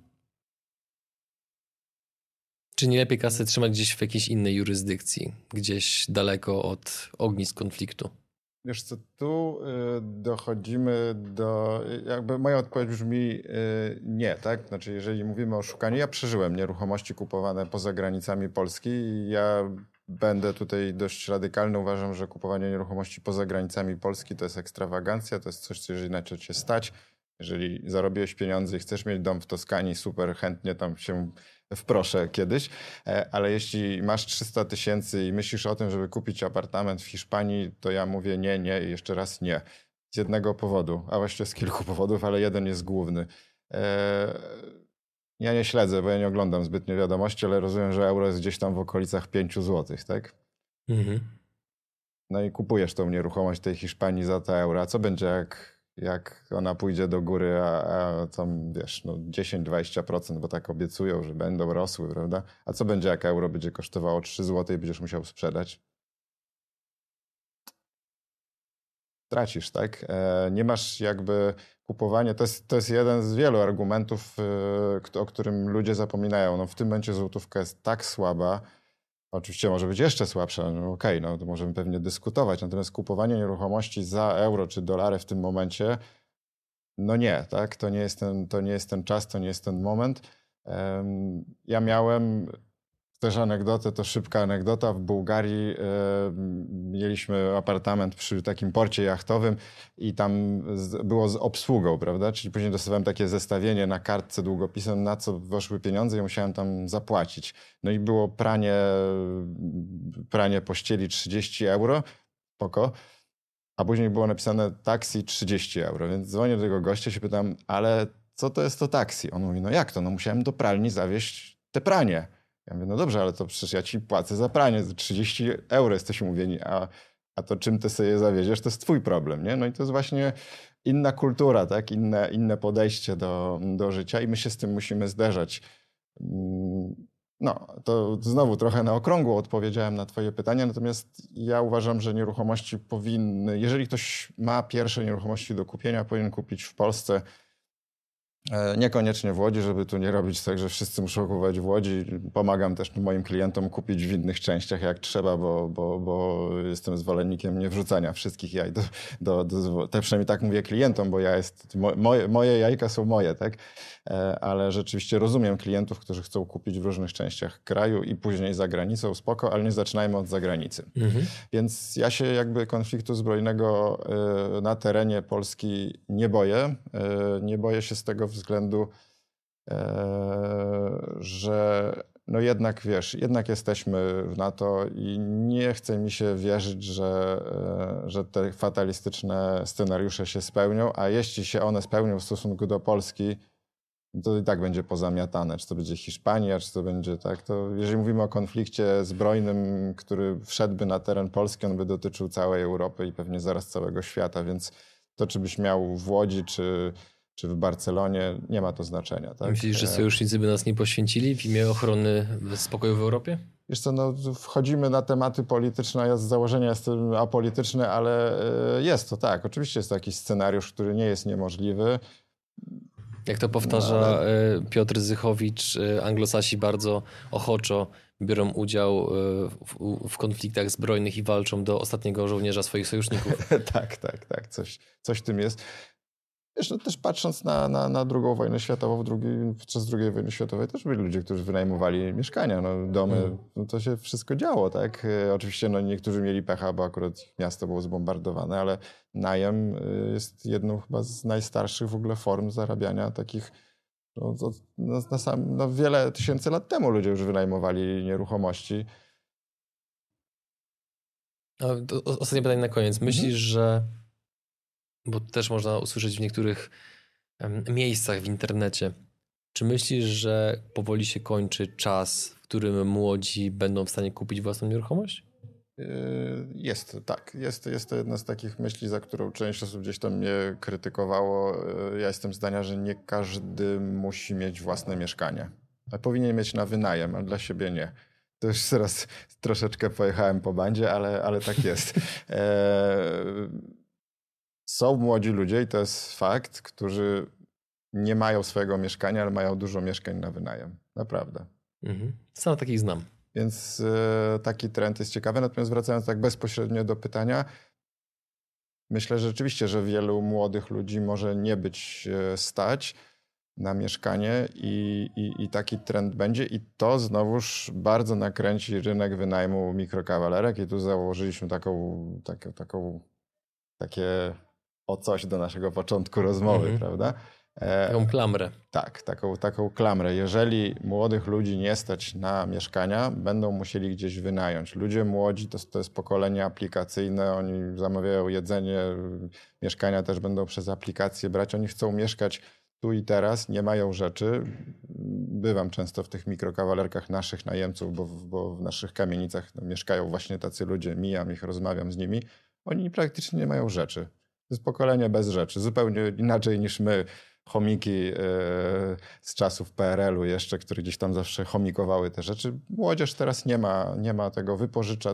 Czy nie lepiej kasę trzymać gdzieś w jakiejś innej jurysdykcji, gdzieś daleko od ognisk konfliktu? Wiesz co, tu dochodzimy do, jakby moja odpowiedź brzmi nie, tak? Znaczy jeżeli mówimy o szukaniu, ja przeżyłem nieruchomości kupowane poza granicami Polski i ja będę tutaj dość radykalny. Uważam, że kupowanie nieruchomości poza granicami Polski to jest ekstrawagancja, to jest coś, co jeżeli na co cię stać. Jeżeli zarobiłeś pieniądze i chcesz mieć dom w Toskanii, super, chętnie tam się wproszę kiedyś, ale jeśli masz 300 000 i myślisz o tym, żeby kupić apartament w Hiszpanii, to ja mówię nie i jeszcze raz nie. Z jednego powodu, a właściwie z kilku powodów, ale jeden jest główny. Ja nie śledzę, bo ja nie oglądam zbytnio wiadomości, ale rozumiem, że euro jest gdzieś tam w okolicach 5 zł, tak? Mhm. No i kupujesz tą nieruchomość tej Hiszpanii za te euro. A co będzie, jak ona pójdzie do góry, a tam wiesz, no 10-20%, bo tak obiecują, że będą rosły, prawda? A co będzie, jak euro będzie kosztowało 3 zł i będziesz musiał sprzedać? Tracisz, tak? Nie masz jakby kupowania. To jest jeden z wielu argumentów, o którym ludzie zapominają. No w tym momencie złotówka jest tak słaba, oczywiście może być jeszcze słabsza, no okej, no to możemy pewnie dyskutować, natomiast kupowanie nieruchomości za euro czy dolary w tym momencie, no nie, tak? To nie jest ten czas, to nie jest ten moment. Ja miałem też anegdotę, to szybka anegdota. W Bułgarii mieliśmy apartament przy takim porcie jachtowym i tam było z obsługą, prawda? Czyli później dostawałem takie zestawienie na kartce długopisem, na co weszły pieniądze i musiałem tam zapłacić. No i było pranie pościeli 30 euro, spoko. A później było napisane taksi 30 euro, więc dzwonię do tego gościa i się pytam, ale co to jest to taksi? On mówi, no jak to? No musiałem do pralni zawieźć te pranie. Ja mówię, no dobrze, ale to przecież ja ci płacę za pranie, za 30 euro jesteśmy umówieni, a to czym ty sobie je zawieziesz, to jest twój problem, nie? No i to jest właśnie inna kultura, tak? Inne podejście do życia i my się z tym musimy zderzać. No, to znowu trochę na okrągło odpowiedziałem na twoje pytanie, natomiast ja uważam, że nieruchomości powinny, jeżeli ktoś ma pierwsze nieruchomości do kupienia, powinien kupić w Polsce, niekoniecznie w Łodzi, żeby tu nie robić tak, że wszyscy muszą kupować w Łodzi. Pomagam też moim klientom kupić w innych częściach jak trzeba, bo jestem zwolennikiem nie wrzucania wszystkich jaj to przynajmniej tak mówię klientom, bo moje jajka są moje, tak? Ale rzeczywiście rozumiem klientów, którzy chcą kupić w różnych częściach kraju i później za granicą, spoko, ale nie zaczynajmy od zagranicy. Mhm. Więc ja się jakby konfliktu zbrojnego na terenie Polski nie boję. Nie boję się z tego względu, że no jednak wiesz, jednak jesteśmy w NATO i nie chce mi się wierzyć, że te fatalistyczne scenariusze się spełnią, a jeśli się one spełnią w stosunku do Polski, to i tak będzie pozamiatane, czy to będzie Hiszpania, czy to będzie tak, to jeżeli mówimy o konflikcie zbrojnym, który wszedłby na teren Polski, on by dotyczył całej Europy i pewnie zaraz całego świata, więc to, czy byś miał w Łodzi, czy w Barcelonie, nie ma to znaczenia. Tak? Myślisz, że sojusznicy by nas nie poświęcili w imię ochrony spokoju w Europie? Wiesz co, no, wchodzimy na tematy polityczne, ja z założenia jestem apolityczny, ale jest to tak. Oczywiście jest to jakiś scenariusz, który nie jest niemożliwy. Jak to powtarza Piotr Zychowicz, anglosasi bardzo ochoczo biorą udział w konfliktach zbrojnych i walczą do ostatniego żołnierza swoich sojuszników. Tak. Coś w tym jest. Wiesz, no też patrząc na II wojnę światową, podczas II wojny światowej też byli ludzie, którzy wynajmowali mieszkania, no, domy, no, to się wszystko działo, tak? Oczywiście no, niektórzy mieli pecha, bo akurat ich miasto było zbombardowane, ale najem jest jedną chyba z najstarszych w ogóle form zarabiania takich, wiele tysięcy lat temu ludzie już wynajmowali nieruchomości. Ostatnie pytanie na koniec. Myślisz, że, bo też można usłyszeć w niektórych miejscach w internecie, czy myślisz, że powoli się kończy czas, w którym młodzi będą w stanie kupić własną nieruchomość? Jest to jedna z takich myśli, za którą część osób gdzieś tam mnie krytykowało. Ja jestem zdania, że nie każdy musi mieć własne mieszkanie. Powinien mieć na wynajem, a dla siebie nie. To już teraz troszeczkę pojechałem po bandzie, ale tak jest. Są młodzi ludzie i to jest fakt, którzy nie mają swojego mieszkania, ale mają dużo mieszkań na wynajem. Naprawdę. Sam takich znam. Więc taki trend jest ciekawy. Natomiast wracając tak bezpośrednio do pytania, myślę że rzeczywiście, że wielu młodych ludzi może nie być stać na mieszkanie i taki trend będzie. I to znowuż bardzo nakręci rynek wynajmu mikrokawalerek. I tu założyliśmy takie coś do naszego początku rozmowy, prawda? Taką klamrę. Tak, taką klamrę. Jeżeli młodych ludzi nie stać na mieszkania, będą musieli gdzieś wynająć. Ludzie młodzi to jest pokolenie aplikacyjne, oni zamawiają jedzenie, mieszkania też będą przez aplikacje brać. Oni chcą mieszkać tu i teraz, nie mają rzeczy. Bywam często w tych mikrokawalerkach naszych najemców, bo w naszych kamienicach mieszkają właśnie tacy ludzie, mijam ich, rozmawiam z nimi. Oni praktycznie nie mają rzeczy. To jest pokolenie bez rzeczy, zupełnie inaczej niż my, chomiki z czasów PRL-u jeszcze, które gdzieś tam zawsze chomikowały te rzeczy. Młodzież teraz nie ma tego, wypożycza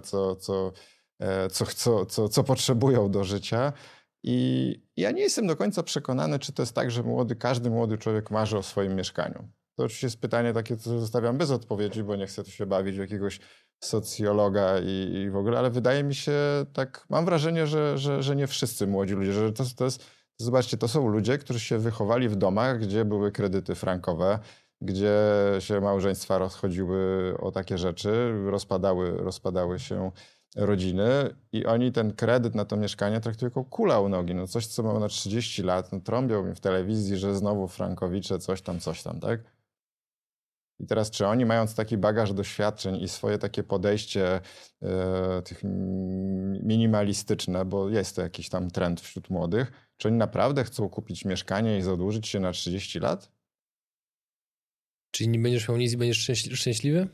co potrzebują do życia. I ja nie jestem do końca przekonany, czy to jest tak, że każdy młody człowiek marzy o swoim mieszkaniu. To oczywiście jest pytanie takie, co zostawiam bez odpowiedzi, bo nie chcę tu się bawić w jakiegoś socjologa i w ogóle, ale wydaje mi się tak, mam wrażenie, że nie wszyscy młodzi ludzie, że to jest, zobaczcie, to są ludzie, którzy się wychowali w domach, gdzie były kredyty frankowe, gdzie się małżeństwa rozchodziły o takie rzeczy, rozpadały się rodziny i oni ten kredyt na to mieszkanie traktują jako kula u nogi. No coś, co mają na 30 lat, no trąbią mi w telewizji, że znowu frankowicze, coś tam, tak? I teraz, czy oni mając taki bagaż doświadczeń i swoje takie podejście tych minimalistyczne, bo jest to jakiś tam trend wśród młodych, czy oni naprawdę chcą kupić mieszkanie i zadłużyć się na 30 lat? Czyli nie będziesz miał nic i będziesz szczęśliwy?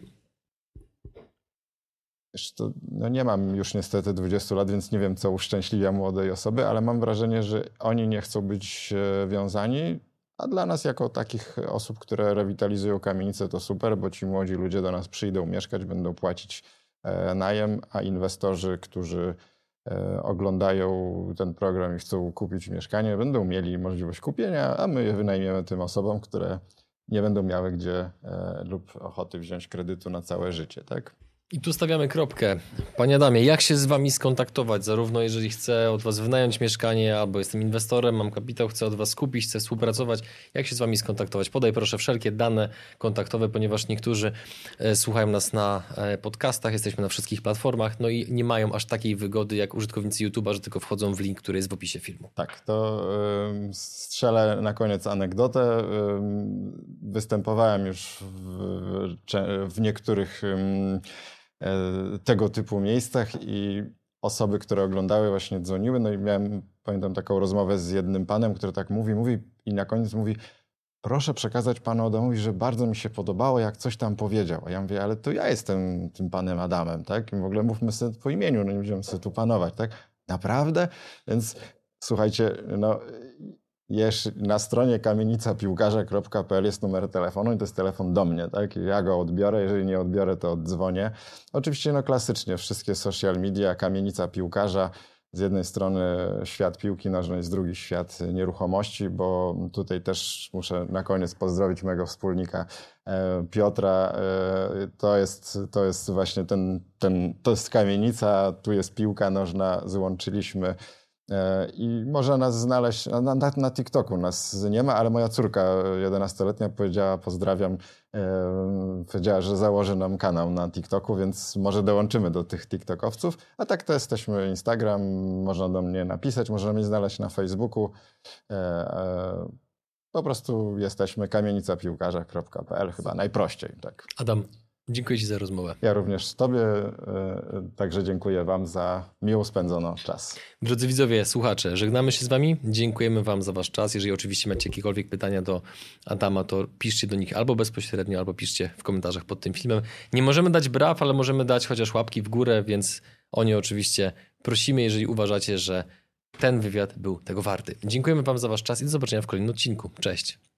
Wiesz, to, no nie mam już niestety 20 lat, więc nie wiem, co uszczęśliwia młodej osoby, ale mam wrażenie, że oni nie chcą być wiązani. A dla nas jako takich osób, które rewitalizują kamienice, to super, bo ci młodzi ludzie do nas przyjdą mieszkać, będą płacić najem, a inwestorzy, którzy oglądają ten program i chcą kupić mieszkanie, będą mieli możliwość kupienia, a my je wynajmiemy tym osobom, które nie będą miały gdzie lub ochoty wziąć kredytu na całe życie, tak? I tu stawiamy kropkę. Panie Adamie, jak się z wami skontaktować? Zarówno jeżeli chcę od was wynająć mieszkanie, albo jestem inwestorem, mam kapitał, chcę od was kupić, chcę współpracować. Jak się z wami skontaktować? Podaj proszę wszelkie dane kontaktowe, ponieważ niektórzy słuchają nas na podcastach, jesteśmy na wszystkich platformach, no i nie mają aż takiej wygody jak użytkownicy YouTube'a, że tylko wchodzą w link, który jest w opisie filmu. Tak, to strzelę na koniec anegdotę. Występowałem już w niektórych tego typu miejscach i osoby, które oglądały, właśnie dzwoniły. No i pamiętam taką rozmowę z jednym panem, który tak mówi i na koniec mówi: proszę przekazać panu Adamowi, że bardzo mi się podobało, jak coś tam powiedział. A ja mówię, ale to ja jestem tym panem Adamem, tak? I w ogóle mówmy sobie po imieniu, no nie będziemy sobie tu panować, tak? Naprawdę? Więc słuchajcie, no na stronie kamienica-piłkarza.pl jest numer telefonu i to jest telefon do mnie, tak? Ja go odbiorę, jeżeli nie odbiorę, to oddzwonię. Oczywiście no klasycznie wszystkie social media, Kamienica Piłkarza. Z jednej strony świat piłki nożnej, z drugiej świat nieruchomości, bo tutaj też muszę na koniec pozdrowić mojego wspólnika Piotra. To jest właśnie to jest kamienica, tu jest piłka nożna, złączyliśmy. I można nas znaleźć, na TikToku nas nie ma, ale moja córka 11-letnia powiedziała, pozdrawiam, powiedziała, że założy nam kanał na TikToku, więc może dołączymy do tych TikTokowców. A tak to jesteśmy Instagram, można do mnie napisać, można mnie znaleźć na Facebooku. Po prostu jesteśmy kamienica-piłkarza.pl, chyba najprościej. Tak. Adam, dziękuję ci za rozmowę. Ja również tobie, także dziękuję wam za miło spędzono czas. Drodzy widzowie, słuchacze, żegnamy się z wami. Dziękujemy wam za wasz czas. Jeżeli oczywiście macie jakiekolwiek pytania do Adama, to piszcie do nich albo bezpośrednio, albo piszcie w komentarzach pod tym filmem. Nie możemy dać braw, ale możemy dać chociaż łapki w górę, więc o nie oczywiście prosimy, jeżeli uważacie, że ten wywiad był tego warty. Dziękujemy wam za wasz czas i do zobaczenia w kolejnym odcinku. Cześć.